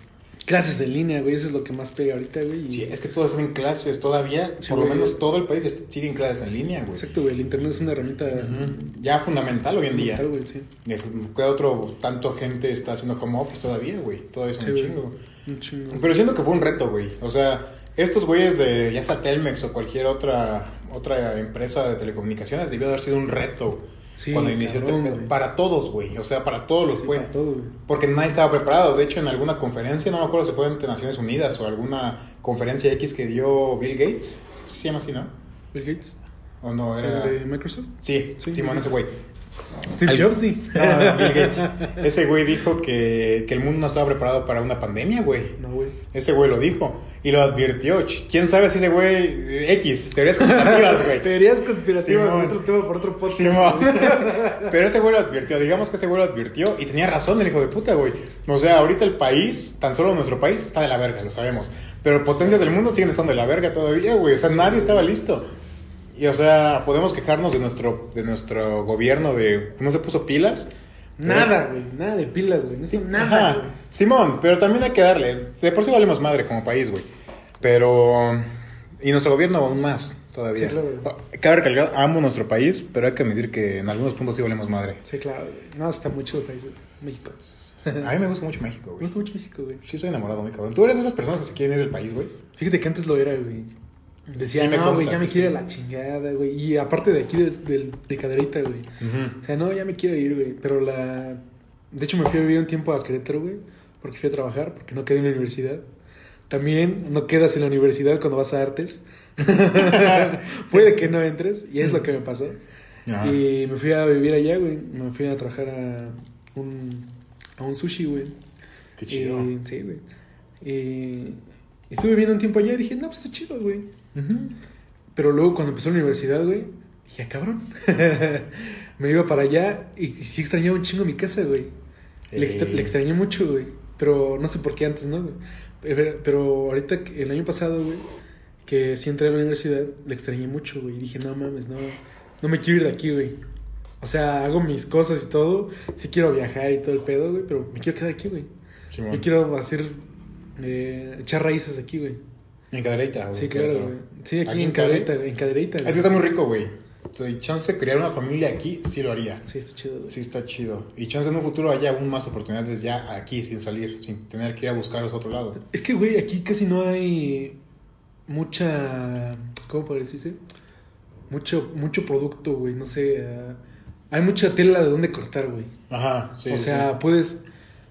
Clases en línea, güey, eso es lo que más pega ahorita, güey. Sí, es que todos están en clases todavía, Sí, por lo güey. menos todo el país sigue en clases en línea, güey. Exacto, güey, el internet es una herramienta Ya fundamental hoy en día. fundamental, güey, sí. ¿Qué otro tanto gente está haciendo home office todavía, güey? Todo eso Sí, un güey. chingo. Un chingo. Pero siento que fue un reto, güey. O sea, estos güeyes de ya sea Telmex o cualquier otra empresa de telecomunicaciones debió haber sido un reto Sí, cuando inició cabrón, este pedo. güey. Para todos, güey. O sea, para todos los Sí, fue. para todo, güey. Porque nadie estaba preparado. De hecho, en alguna conferencia, no me acuerdo si fue ante Naciones Unidas o alguna conferencia X que dio Bill Gates. Se llama así, ¿no? Bill Gates. ¿O no? Era... ¿El de Microsoft? Sí, Sí, Simón, Bill ese güey. Steve Jobs, sí. No, Bill Gates. Ese güey dijo que el mundo no estaba preparado para una pandemia, güey. No, güey. Ese güey lo dijo. Y lo advirtió. ¿Quién sabe si ese güey... X, teorías conspirativas, güey. Teorías conspirativas, Simón. otro tema por otro podcast. Simón. Pero ese güey lo advirtió. Digamos que ese güey lo advirtió. Y tenía razón el hijo de puta, güey. O sea, ahorita el país, tan solo nuestro país, está de la verga, lo sabemos. Pero potencias del mundo siguen estando de la verga todavía, güey. O sea, nadie estaba listo. Y, o sea, podemos quejarnos de nuestro gobierno de... No se puso pilas. Nada, güey. Nada de pilas, güey. No sé nada, Ajá. güey. Simón, pero también hay que darle. De por sí valemos madre como país, güey. Pero... Y nuestro gobierno aún más, todavía. Sí, claro. Cabe recalcar, amo nuestro país, pero hay que admitir que en algunos puntos sí valemos madre. Sí, claro, güey. No, está muy chido el país, güey. México. A mí me gusta mucho México, Me güey. gusta mucho México, güey. Sí, estoy enamorado, muy cabrón. ¿Tú eres de esas personas que se quieren ir del país, güey? Fíjate que antes lo era, güey. Decía, Sí, me no, consta, güey, ya me sí, quiero sí. ir a la chingada, güey. Y aparte de aquí, de Cadereyta, güey. O sea, no, ya me quiero ir, güey. Pero de hecho, me fui a vivir un tiempo a Querétaro, güey. Porque fui a trabajar, porque no quedé en la universidad. También no quedas en la universidad cuando vas a artes. Puede que no entres, y es lo que me pasó. Ajá. Y me fui a vivir allá, güey. Me fui a trabajar a un sushi, güey. Qué chido. Sí, güey. Y estuve viviendo un tiempo allá y dije, no, pues está chido, güey. Pero luego cuando empezó la universidad, güey, dije, ah, cabrón. Me iba para allá y sí extrañaba un chingo mi casa, güey. Le extrañé mucho, güey. Pero no sé por qué antes, ¿no, güey? Pero ahorita, el año pasado, güey, que sí entré a la universidad, le extrañé mucho, güey. Y dije, no mames, no me quiero ir de aquí, güey. O sea, hago mis cosas y todo. Sí quiero viajar y todo el pedo, güey, pero me quiero quedar aquí, güey. Simón. Yo quiero echar raíces aquí, güey. En Cadereyta, güey. Sí, claro, Querétaro. güey. Sí, aquí ¿Aquí en en Cade? Cadereyta, güey. En Cadereyta, güey. Es que está muy rico, güey. Si chance de crear una familia aquí, sí lo haría. Sí, está chido, güey. Sí, está chido. Y chance en un futuro haya aún más oportunidades ya aquí, sin salir, sin tener que ir a buscarlos a otro lado. Es que, güey, aquí casi no hay mucha... ¿Cómo puede decirse? Mucho producto, güey. No sé. Hay mucha tela de dónde cortar, güey. Ajá, sí. O sí. sea, puedes...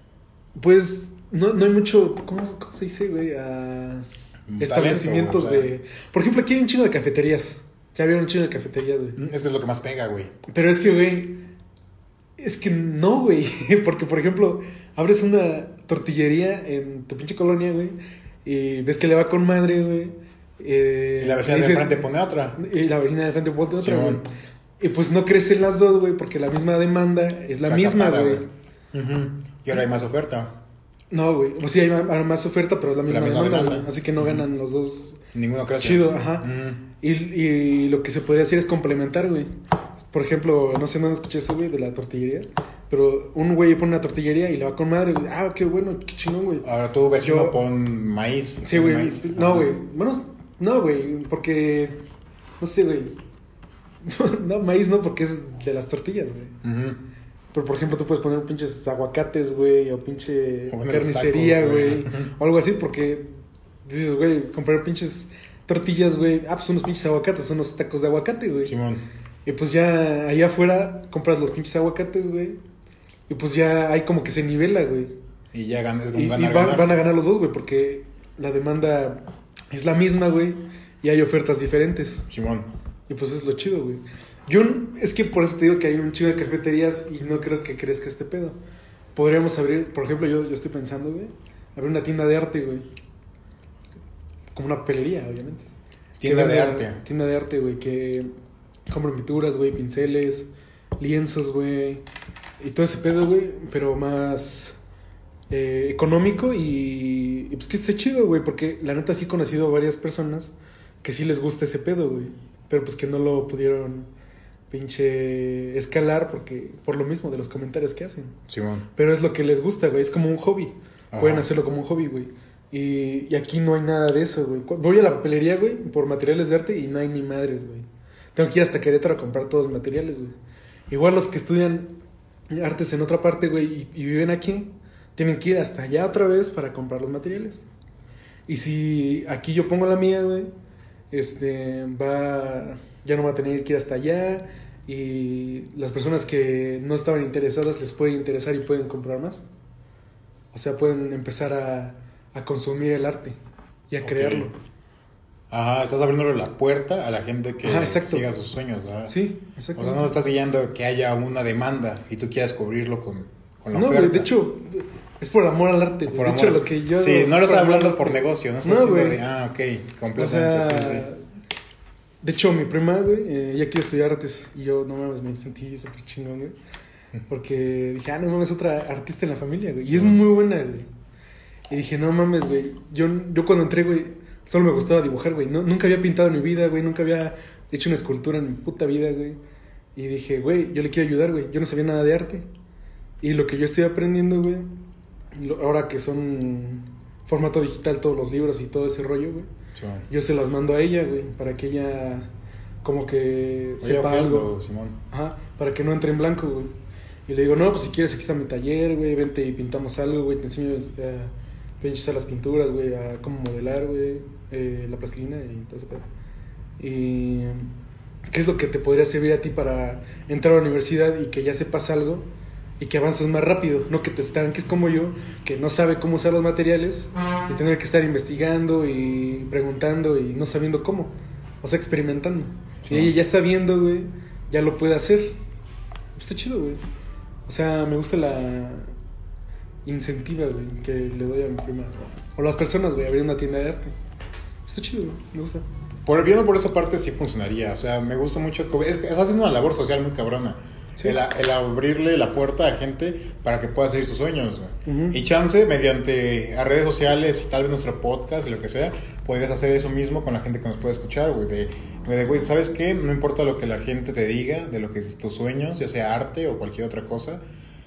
No hay mucho... ¿Cómo se dice, güey? Establecimientos Talento, o sea. de... Por ejemplo, aquí hay un chingo de cafeterías. Ya vieron un chingo de cafeterías, güey. Es que es lo que más pega, güey. Pero es que, güey... Es que no, güey. Porque, por ejemplo, abres una tortillería en tu pinche colonia, güey. Y ves que le va con madre, güey. Y la vecina de enfrente pone otra. Y la vecina de frente pone otra, Sí, güey. bueno. Y pues no crecen las dos, güey. Porque la misma demanda es la Se misma, acapara, güey. Ujú. Y ahora hay más oferta. No, güey. O sea, hay más oferta, pero es la misma, misma demanda, demanda. güey. Así que no ganan los dos. Ninguno crece. Chido, ajá. Ujú. Y lo que se podría hacer es complementar, güey. Por ejemplo, no sé, no escuché eso, güey, de la tortillería. Pero un güey pone una tortillería y le va con madre, güey. Ah, qué bueno, qué chingón, güey. Ahora tú, vecino, Yo- pon maíz. Sí, pon güey. maíz. No, Ajá. güey. Bueno, no, güey. Porque. No sé, güey. No, maíz no, porque es de las tortillas, güey. Ujú. Pero, por ejemplo, tú puedes poner pinches aguacates, güey. O pinche O vender los carnicería, tacos, güey. güey. O algo así, porque dices, güey, comprar pinches tortillas, güey. Ah, pues son unos pinches aguacates, son unos tacos de aguacate, güey. Simón. Y pues ya allá afuera compras los pinches aguacates, güey. Y pues ya hay como que se nivela, güey. Y ya ganas, es como Y ganar, van ganar. a ganar los dos, güey, porque la demanda es la misma, güey. Y hay ofertas diferentes. Simón. Y pues es lo chido, güey. Es que por eso te digo que hay un chido de cafeterías y no creo que crezca este pedo. Podríamos abrir, por ejemplo, yo estoy pensando, güey, abrir una tienda de arte, güey. Como una papelería, obviamente. Tienda Que de venda- arte. Tienda de arte, güey, que compran pinturas, güey, pinceles, lienzos, güey. Y todo ese pedo, güey, pero más económico y pues que esté chido, güey, porque la neta sí he conocido a varias personas que sí les gusta ese pedo, güey. Pero pues que no lo pudieron pinche escalar porque por lo mismo de los comentarios que hacen. Simón. Pero es lo que les gusta, güey, es como un hobby. Ajá. Pueden hacerlo como un hobby, güey. Y aquí no hay nada de eso, güey. Voy a la papelería, güey, por materiales de arte y no hay ni madres, güey. Tengo que ir hasta Querétaro a comprar todos los materiales, güey. Igual los que estudian artes en otra parte, güey, y viven aquí, tienen que ir hasta allá otra vez para comprar los materiales. Y si aquí yo pongo la mía, güey, ya no va a tener que ir hasta allá. Y las personas que no estaban interesadas les puede interesar y pueden comprar más. O sea, pueden empezar a consumir el arte y a crearlo. Ajá, estás abriéndole la puerta a la gente que siga sus sueños, ¿verdad? Sí, exacto. O sea, no estás siguiendo que haya una demanda y tú quieras cubrirlo con la oferta. No, güey, de hecho, es por amor al arte. Por de amor. Hecho, lo que yo sí, no lo estás hablando por negocio, no estás haciendo de, ok, completamente, o sea, sí. De hecho, mi prima, güey, ella quiere estudiar artes y yo, no mames, me sentí súper chingón, güey. Porque dije, no mames, otra artista en la familia, güey. Sí, y es muy buena, güey. Y dije, no mames, güey. Yo cuando entré, güey, solo me gustaba dibujar, güey. Nunca había pintado en mi vida, güey. Nunca había hecho una escultura en mi puta vida, güey. Y dije, güey, yo le quiero ayudar, güey. Yo no sabía nada de arte. Y lo que yo estoy aprendiendo, güey, ahora que son formato digital todos los libros y todo ese rollo, güey. Sí. Yo se las mando a ella, güey, para que ella como que sepa algo. Simón. Ajá, para que no entre en blanco, güey. Y le digo, no, pues si quieres aquí está mi taller, güey, vente y pintamos algo, güey, te enseño a usar las pinturas, güey, a cómo modelar, güey, la plastilina y todo eso. Y qué es lo que te podría servir a ti para entrar a la universidad y que ya sepas algo y que avances más rápido, no que te estanques como yo, que no sabe cómo usar los materiales y tener que estar investigando y preguntando y no sabiendo cómo, o sea, experimentando. Sí. Y ella ya sabiendo, güey, ya lo puede hacer. Está chido, güey. O sea, me gusta la incentiva, güey, que le doy a mi prima. O las personas, güey, abrir una tienda de arte. Está chido, güey, me gusta. Viendo por esa parte sí funcionaría. O sea, me gusta mucho. Estás haciendo una labor social muy cabrona. Sí. El abrirle la puerta a gente para que pueda seguir sus sueños, güey. Uh-huh. Y chance, mediante a redes sociales y tal vez nuestro podcast y lo que sea, puedes hacer eso mismo con la gente que nos puede escuchar, güey. Güey, ¿sabes qué? No importa lo que la gente te diga de lo que tus sueños, ya sea arte o cualquier otra cosa,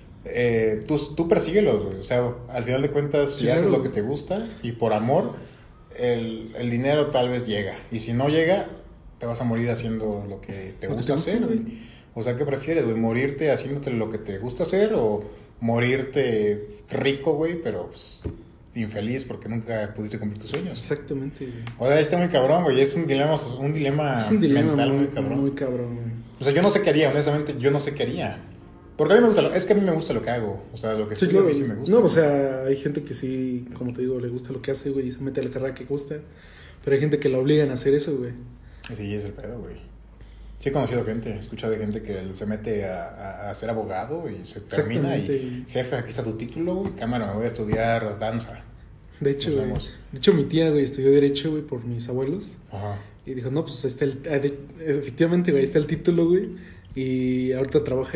tú persíguelos, güey. O sea, al final de cuentas, si haces lo que te gusta y por amor, el dinero tal vez llega. Y si no llega, te vas a morir haciendo lo que te gusta hacer, güey. O sea, ¿qué prefieres, güey? ¿Morirte haciéndote lo que te gusta hacer o morirte rico, güey, pero pues, infeliz porque nunca pudiste cumplir tus sueños? Exactamente, güey. O sea, está muy cabrón, güey. Es un dilema mental muy cabrón. Muy cabrón, güey. O sea, yo no sé qué haría, honestamente, yo no sé qué haría. Porque a mí me gusta, es que a mí me gusta lo que hago. O sea, lo que claro. A mí sí me gusta. No, o sea, hay gente que sí, como te digo, le gusta lo que hace, güey, y se mete a la carrera que gusta. Pero hay gente que la obligan a hacer eso, güey. Sí, es el pedo, güey. Sí he conocido gente, he escuchado de gente que se mete a ser abogado y se termina y jefe, aquí está tu título, güey, cámara, me voy a estudiar danza. De hecho, mi tía, güey, estudió Derecho, güey, por mis abuelos. Ajá. Y dijo, no, pues está efectivamente, güey, está el título, güey. Y ahorita trabaja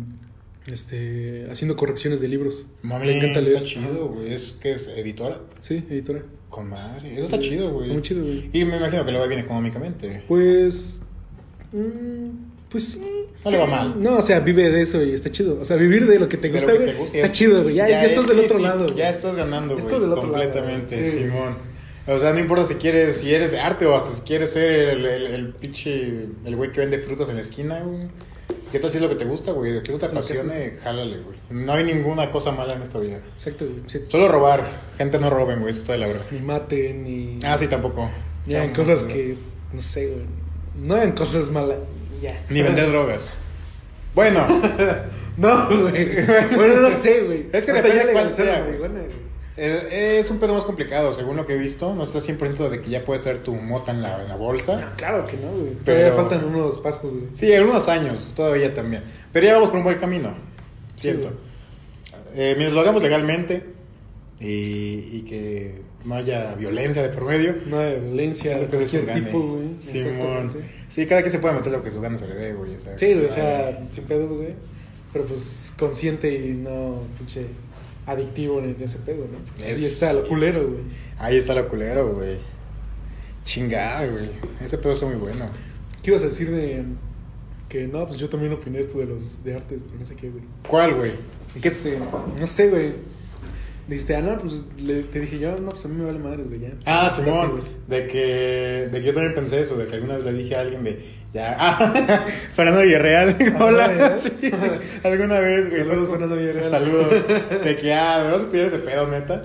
haciendo correcciones de libros. Mami, le encanta leer. Está chido, güey. ¿Es editora? Sí, editora. Con madre. Eso está chido, güey. Está muy chido, güey. Y me imagino que le va bien económicamente. Pues sí. No le va mal. No, o sea, vive de eso y está chido. O sea, vivir de lo que te gusta, güey, está chido, güey. Ya estás del otro lado. Ya estás ganando, güey. Estás del otro completamente, lado, Simón. O sea, no importa si eres de arte o hasta si quieres ser el pinche, el güey que vende frutas en la esquina, güey. ¿Qué tal si es lo que te gusta, güey? Que eso te apasione, jálale, güey. No hay ninguna cosa mala en esta vida. Exacto, güey. Sí. Solo robar. Gente no roben, güey. Eso está de la verdad. Ni maten, ni... Sí, tampoco. Ya, hay cosas que... No sé, güey. No hay cosas malas. Ya. Ni vender drogas. Bueno. No, güey. Bueno, no sé, güey. Es que depende de cuál sea, güey. Es un pedo más complicado, según lo que he visto. No estás 100% de que ya puedes traer tu mota en la bolsa. No, claro que no, güey. Pero todavía faltan unos pasos, güey. Sí, algunos años, todavía también. Pero ya vamos por un buen camino, siento. Sí, mientras lo hagamos legalmente y que no haya violencia de por medio. No haya violencia de cualquier tipo, güey. Simón. Sí, cada quien se puede meter lo que su gana se le dé, güey. Sí, güey, o sea, sin pedos, güey. Pero pues consciente y no, pinche... adictivo en ese pedo, ¿no? Ahí está lo culero, güey. Ahí está lo culero, güey. Chingada, güey. Ese pedo está muy bueno. ¿Qué ibas a decir de que no? Pues yo también opiné esto de artes, pero no sé qué, güey. ¿Cuál, güey? No sé, güey. Dijiste, no, pues te dije yo, no, pues a mí me vale madres, güey, ya. Ah, Fíjate, Simón, güey. de que yo también pensé eso, de que alguna vez le dije a alguien de, ya, Fernando Villarreal, hola, ¿ya? sí, alguna vez, güey. Saludos, Fernando Villarreal. Saludos, de que, ¿me vas a estudiar ese pedo, neta?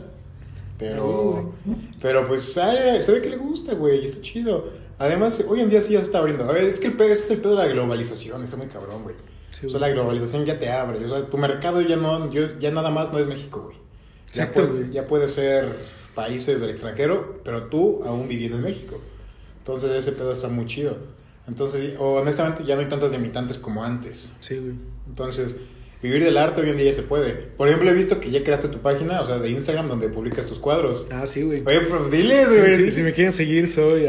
Pero pues, se ve que le gusta, güey, y está chido. Además, hoy en día sí ya se está abriendo. A ver, es que ese es el pedo de la globalización, está muy cabrón, güey. Sí, O sea, la globalización ya te abre, o sea, tu mercado ya nada más no es México, güey. Exacto, güey. Ya puede ser países del extranjero, pero tú aún viviendo en México. Entonces ese pedo está muy chido. Entonces, honestamente, ya no hay tantas limitantes como antes. Sí, güey. Entonces, vivir del arte hoy en día ya se puede. Por ejemplo, he visto que ya creaste tu página, o sea, de Instagram, donde publicas tus cuadros. Ah, sí, güey. Oye, pues diles, Sí, güey. sí, si me quieren seguir, soy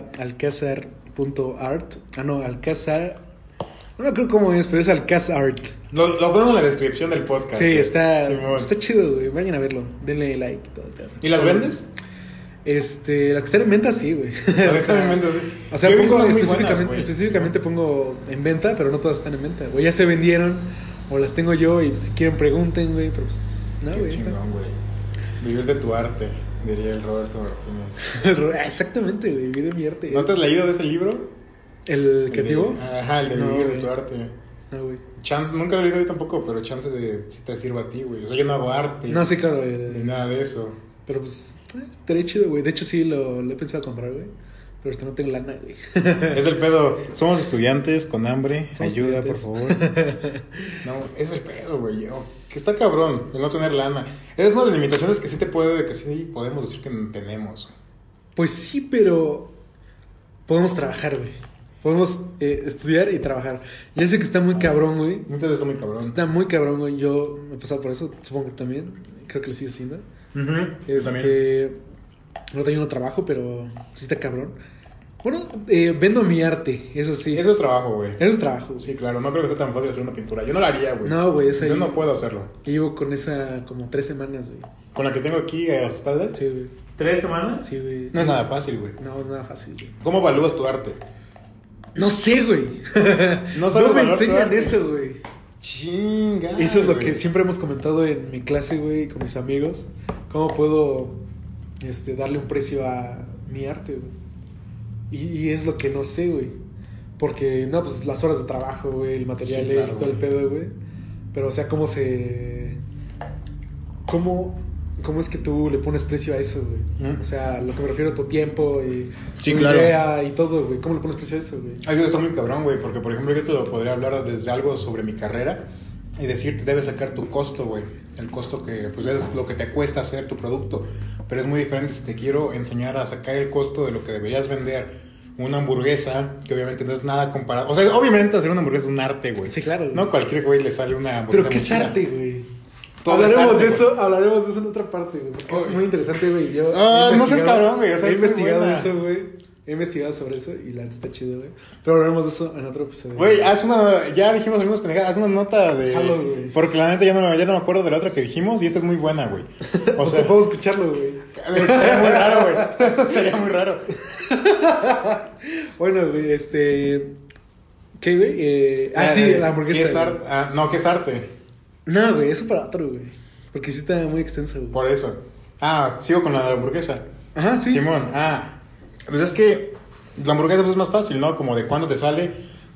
@alcazar.art. Ah, no, Alcázar. No me acuerdo cómo es, pero es Alcázart. Lo ponemos en la descripción del podcast. Sí, güey. está Simón. chido, güey. Vayan a verlo. Denle like y todo. ¿Y las vendes? Las que están en venta, sí, güey. Honestamente, sí. O sea, Yo he visto pongo unas muy buenas, güey. específicamente pongo en venta, pero no todas están en venta. O ya se vendieron, o las tengo yo, y si quieren pregunten, güey. Pero pues, no, Qué güey. chingón, güey. Vivir de tu arte, diría el Roberto Martínez. Exactamente, güey. Vivir de mi arte. ¿No te has leído de ese libro? ¿El creativo? Ajá, el de No, vivir de güey. tu arte. No, güey. Chance, nunca lo he leído yo tampoco, pero chance de si te sirva a ti, güey. O sea, yo no hago arte. No, sí, claro. Ni nada de eso. Pero pues, estaría chido, güey. De hecho, sí, lo he pensado comprar, güey. Pero es que no tengo lana, güey. Es el pedo. Somos estudiantes con hambre. Somos Ayuda, por estudiantes. favor. No, es el pedo, güey. Que está cabrón el no tener lana. Esa es una de las limitaciones que sí que sí podemos decir que tenemos. Pues sí, pero podemos trabajar, güey. Podemos estudiar y trabajar. Ya sé que está muy cabrón, güey. Muchas veces está muy cabrón. Está muy cabrón, güey. Yo me he pasado por eso, supongo que también. Creo que lo sigo haciendo. También. No yo no trabajo, pero sí está cabrón. Bueno, vendo mi arte, eso sí. Eso es trabajo, güey. Eso es trabajo, güey. Sí, claro. No creo que sea tan fácil hacer una pintura. Yo no la haría, güey. No, güey, esa Yo ahí- no puedo hacerlo. Yo llevo con esa como 3 semanas, güey. Con la que tengo aquí a las espaldas. Sí, güey. ¿3 semanas? Sí, güey. No es nada fácil, güey. No, es nada fácil, güey. ¿Cómo evalúas tu arte? No sé, güey. No sabes No me valorar tu enseñan arte. eso, güey. Chinga. Eso es lo güey. que siempre hemos comentado en mi clase, güey, con mis amigos. ¿Cómo puedo darle un precio a mi arte, güey? Y es lo que no sé, güey. Porque, no, pues las horas de trabajo, güey, el material Sí, claro, es todo el güey. pedo, güey. Pero, o sea, ¿Cómo es que tú le pones precio a eso, güey? ¿Mm? O sea, lo que me refiero a tu tiempo y Sí, tu claro. idea y todo, güey. ¿Cómo le pones precio a eso, güey? Ay, está muy cabrón, güey, porque por ejemplo yo te lo podría hablar desde algo sobre mi carrera y decirte debes sacar tu costo, güey. El costo que pues es lo que te cuesta hacer tu producto, pero es muy diferente si te quiero enseñar a sacar el costo de lo que deberías vender una hamburguesa, que obviamente no es nada comparado. O sea, obviamente hacer una hamburguesa es un arte, güey. Sí, claro, güey. No cualquier güey le sale una hamburguesa. Pero ¿qué es muy chida. arte, güey? Todo es arte, güey. Hablaremos de eso en otra parte, güey. Porque es Oye. muy interesante, güey. Yo Ah, he no seas investigado- cabrón, güey, o sea, he es muy investigado buena. eso, güey. He investigado sobre eso y la neta está chido, güey. Pero hablaremos de eso en otro episodio. Güey, ya dijimos algunas pendejadas, haz una nota de... Jalo, güey. Porque la neta ya no me acuerdo de la otra que dijimos y esta es muy buena, güey. O sea, puedo escucharlo, güey. Sería muy raro, güey. Sería muy raro. Bueno, güey, ¿qué, güey? Sí, la hamburguesa. ¿Qué es güey. arte? No, ¿qué es arte? No, güey, eso para otro, güey. Porque sí está muy extenso, güey. Por eso. Sigo con la hamburguesa. Ajá, sí. Simón, pues es que la hamburguesa pues, es más fácil, ¿no? Como de cuándo te sale.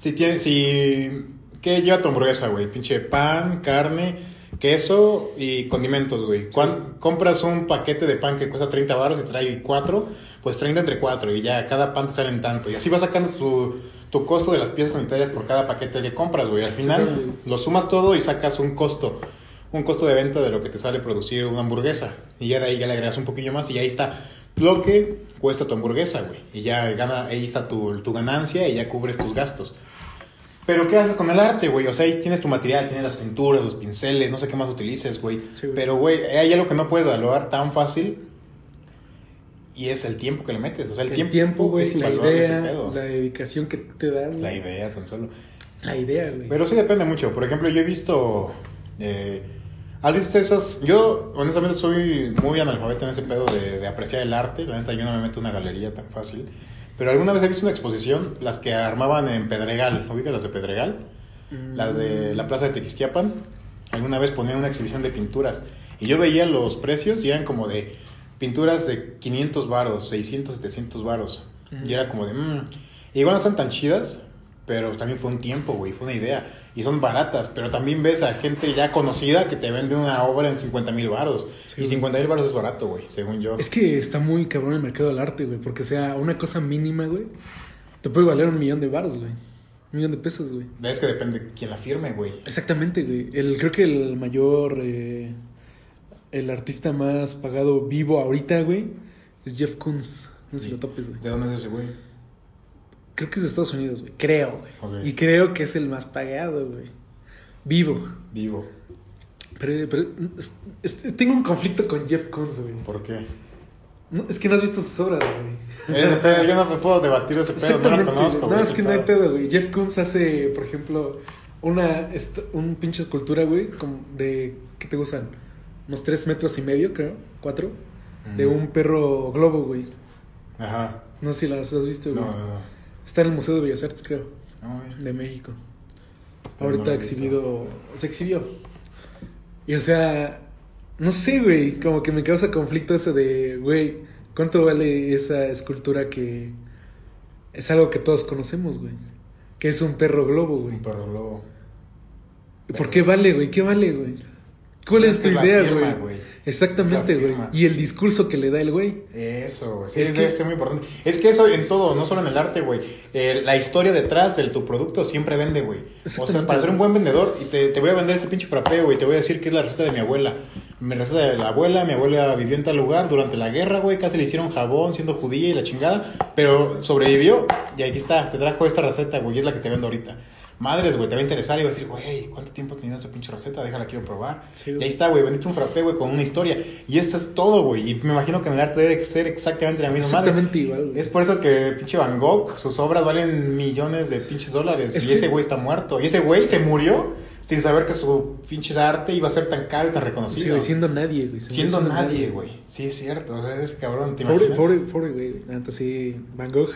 ¿Qué lleva tu hamburguesa, güey? Pinche pan, carne, queso y condimentos, güey. Compras un paquete de pan que cuesta 30 baros y trae 4, pues 30 entre 4 y ya cada pan te sale en tanto. Y así vas sacando tu costo de las piezas sanitarias por cada paquete que compras, güey. Al final claro, güey. lo sumas todo y sacas un costo de venta de lo que te sale producir una hamburguesa. Y ya de ahí ya le agregas un poquillo más y ahí está lo que cuesta tu hamburguesa, güey. Y ya ahí está tu ganancia y ya cubres tus gastos. Pero ¿qué haces con el arte, güey? O sea, ahí tienes tu material, tienes las pinturas, los pinceles, no sé qué más utilices, güey. Sí, güey. Pero, güey, hay algo que no puedes valorar tan fácil y es el tiempo que le metes. O sea, el tiempo güey, es la invaluable ese idea, pedo. la dedicación que te da, güey. La idea tan solo. La idea, güey. Pero sí depende mucho. Por ejemplo, yo he visto... ¿has visto esas? Yo, honestamente, soy muy analfabeto en ese pedo de apreciar el arte. La neta, yo no me meto en una galería tan fácil. Pero alguna vez he visto una exposición, las que armaban en Pedregal. ¿Ubicas las de Pedregal? Las de la plaza de Tequisquiapan. Alguna vez ponían una exhibición de pinturas. Y yo veía los precios y eran como de pinturas de 500 varos, 600, 700 varos. Y era como de, igual no están tan chidas, pero también fue un tiempo, güey, fue una idea. Y son baratas, pero también ves a gente ya conocida que te vende una obra en 50,000 varos. Sí, y 50,000 varos es barato, güey, según yo. Es que está muy cabrón el mercado del arte, güey, porque o sea, una cosa mínima, güey, te puede valer 1,000,000 de varos, güey. 1,000,000 de pesos, güey. Es que depende quién la firme, güey. Exactamente, güey. Creo que el mayor, el artista más pagado vivo ahorita, güey, es Jeff Koons. No sé si lo topes, güey. ¿De dónde es ese güey? Creo que es de Estados Unidos, güey. Creo, güey. Okay. Y creo que es el más pagado, güey. Vivo. Pero tengo un conflicto con Jeff Koons, güey. ¿Por qué? No, es que no has visto sus obras, güey. Yo no me puedo debatir ese pedo, no lo conozco. No, es que no hay pedo, güey. Jeff Koons hace, por ejemplo, un pinche escultura, güey, de, ¿qué te gustan? Unos 3,5 metros, creo, 4, de un perro globo, güey. Ajá. No sé si las has visto, güey. No. Está en el Museo de Bellas Artes, creo, de México. Ahorita se exhibió. Y o sea, no sé, güey, como que me causa conflicto eso de, güey, ¿cuánto vale esa escultura que es algo que todos conocemos, güey? Que es un perro globo, güey. Un perro globo. ¿Por qué vale, güey? ¿Qué vale, güey? ¿Cuál es tu idea, güey? Exactamente, güey. Y el discurso que le da el güey. Eso, güey. Sí, debe ser muy importante. Es que eso en todo, no solo en el arte, güey. La historia detrás de tu producto siempre vende, güey. O sea, para ser un buen vendedor, y te voy a vender este pinche frappé, güey. Te voy a decir que es la receta de mi abuela. Mi receta de la abuela, mi abuela vivió en tal lugar durante la guerra, güey. Casi le hicieron jabón siendo judía y la chingada. Pero sobrevivió y aquí está. Te trajo esta receta, güey. Y es la que te vendo ahorita. Madres, güey, te va a interesar y va a decir, güey, ¿cuánto tiempo ha tenido esta pinche receta? Déjala, quiero probar. Sí, y ahí está, güey, vendiste un frappé, güey, con una historia. Y esto es todo, güey. Y me imagino que en el arte debe ser exactamente la misma madre. Exactamente igual, güey. Es por eso que pinche Van Gogh, sus obras valen millones de pinches dólares. Y ese güey está muerto. Y ese güey se murió sin saber que su pinche arte iba a ser tan caro y tan reconocido. Sí, güey, siendo nadie, güey. Siendo nadie, güey. Sí, es cierto. O sea, ese cabrón, ¿te imaginas? Pobre, güey. Antes sí, Van Gogh.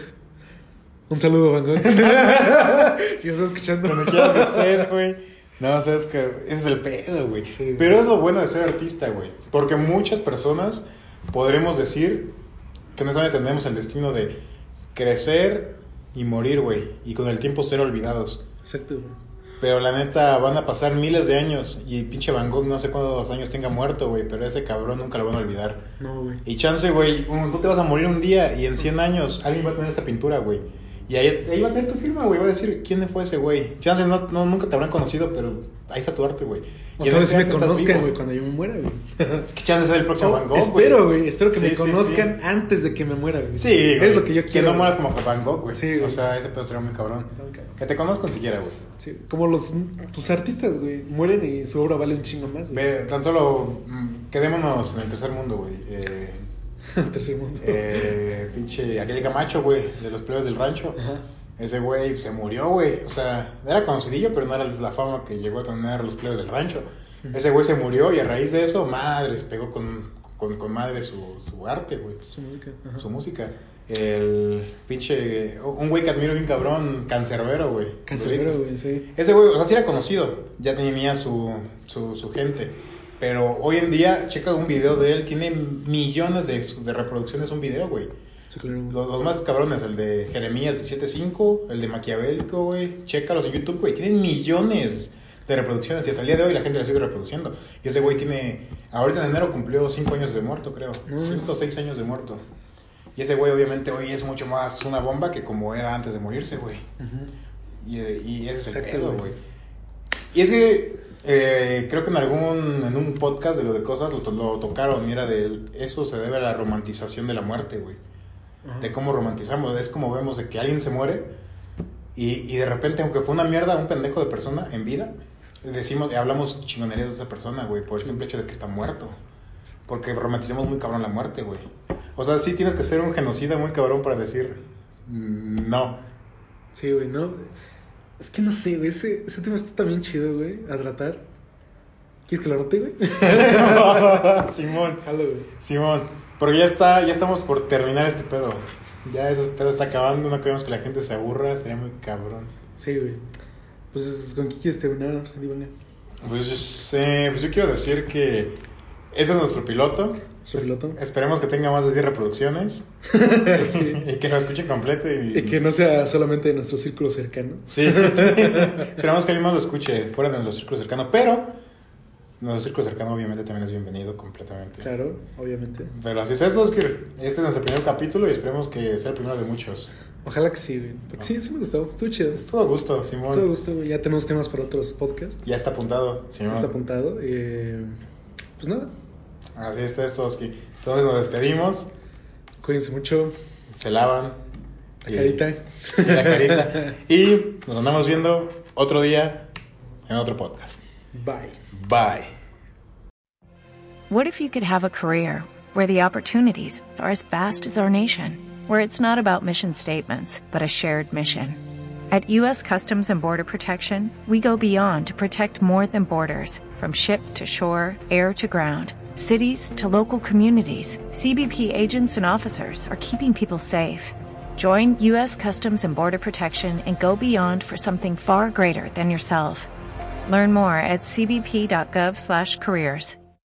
Un saludo, Van Gogh. Si me estás escuchando. Cuando quieras que estés, güey. No, sabes que ese es el pedo, güey. Sí, pero es lo bueno de ser artista, güey. Porque muchas personas podremos decir que honestamente tenemos el destino de crecer y morir, güey. Y con el tiempo ser olvidados. Exacto, güey. Pero la neta, van a pasar miles de años. Y pinche Van Gogh no sé cuántos años tenga muerto, güey. Pero ese cabrón nunca lo van a olvidar. No, güey. Y chance, güey, tú te vas a morir un día. Y en 100 años alguien va a tener esta pintura, güey. Y ahí va a tener tu firma, güey. Va a decir, ¿quién fue ese güey? Chances nunca te habrán conocido, pero ahí está tu arte, güey. Y tal vez me conozcan, güey, cuando yo me muera, güey. ¿Qué chances es el próximo Van Gogh, güey? Espero que me conozcan antes de que me muera, güey. Sí, güey. Es lo que yo quiero. Que no mueras como Van Gogh, güey. Sí, o sea, ese pedo estaría muy cabrón. Que te conozcan siquiera, güey. Sí, como tus artistas, güey, mueren y su obra vale un chingo más, güey. Tan solo quedémonos en el tercer mundo, güey. Tercer mundo. Pinche Aquel Camacho, güey, de los plebes del rancho. Ajá. Ese güey se murió, güey. O sea, era conocidillo, pero no era la fama que llegó a tener los plebes del rancho. Ese güey se murió y a raíz de eso, madres, pegó con madre su arte, güey. Su música. Ajá. Su música. El pinche... Un güey que admiro bien cabrón, Cancerbero, güey. Cancerbero, güey, sí. Ese güey, o sea, sí era conocido. Ya tenía su gente. Pero hoy en día, checa un video de él, tiene millones de reproducciones un video, güey. Sí, claro. Los más cabrones, el de Jeremías 17.5, el de Maquiavélico, güey. Chécalos en YouTube, güey. Tienen millones de reproducciones y hasta el día de hoy la gente la sigue reproduciendo. Y ese güey tiene... Ahorita en enero cumplió 5 años de muerto, creo. 5 o 6 años de muerto. Y ese güey obviamente hoy es mucho más una bomba que como era antes de morirse, güey. Y ese es el pedo, güey. Y es que creo que en un podcast de lo de cosas lo tocaron y era de eso se debe a la romantización de la muerte, güey. De cómo romantizamos, es como vemos de que alguien se muere y de repente, aunque fue una mierda, un pendejo de persona en vida, hablamos chingonerías de esa persona, güey, por el simple hecho de que está muerto. Porque romantizamos muy cabrón la muerte, güey. O sea, sí tienes que ser un genocida muy cabrón para decir no. Sí, güey, no. Es que no sé, güey, ese tema está también chido, güey, a tratar. ¿Quieres que lo rote, güey? Simón. Jalo, güey. Simón. Porque ya estamos por terminar este pedo. Ya ese pedo está acabando, no queremos que la gente se aburra, sería muy cabrón. Sí, güey. Pues, ¿con qué quieres terminar, Iván? Pues yo quiero decir que Este es nuestro piloto. Su piloto. Esperemos que tenga más de 10 reproducciones. Sí. Y que lo escuchen completo. Y que no sea solamente de nuestro círculo cercano. Sí. Esperamos que alguien más lo escuche fuera de nuestro círculo cercano. Pero nuestro círculo cercano obviamente también es bienvenido completamente. Claro, obviamente. Pero así es esto, Oscar. Este es nuestro primer capítulo y esperemos que sea el primero de muchos. Ojalá que sí, güey. Porque sí me gustó. Estuvo chido. Estuvo a gusto, Simón. Estuvo a gusto, güey. Ya tenemos temas para otros podcasts. Ya está apuntado, Simón. Ya está apuntado. Pues nada. Así está esto, Oscar. Entonces nos despedimos. Cuídense mucho. Se lavan. La carita. Sí, la carita. Y nos andamos viendo otro día en otro podcast. Bye. Bye. What if you could have a career where the opportunities are as vast as our nation, where it's not about mission statements, but a shared mission? At U.S. Customs and Border Protection, we go beyond to protect more than borders. From ship to shore, air to ground, cities to local communities, CBP agents and officers are keeping people safe. Join U.S. Customs and Border Protection and go beyond for something far greater than yourself. Learn more at cbp.gov/careers.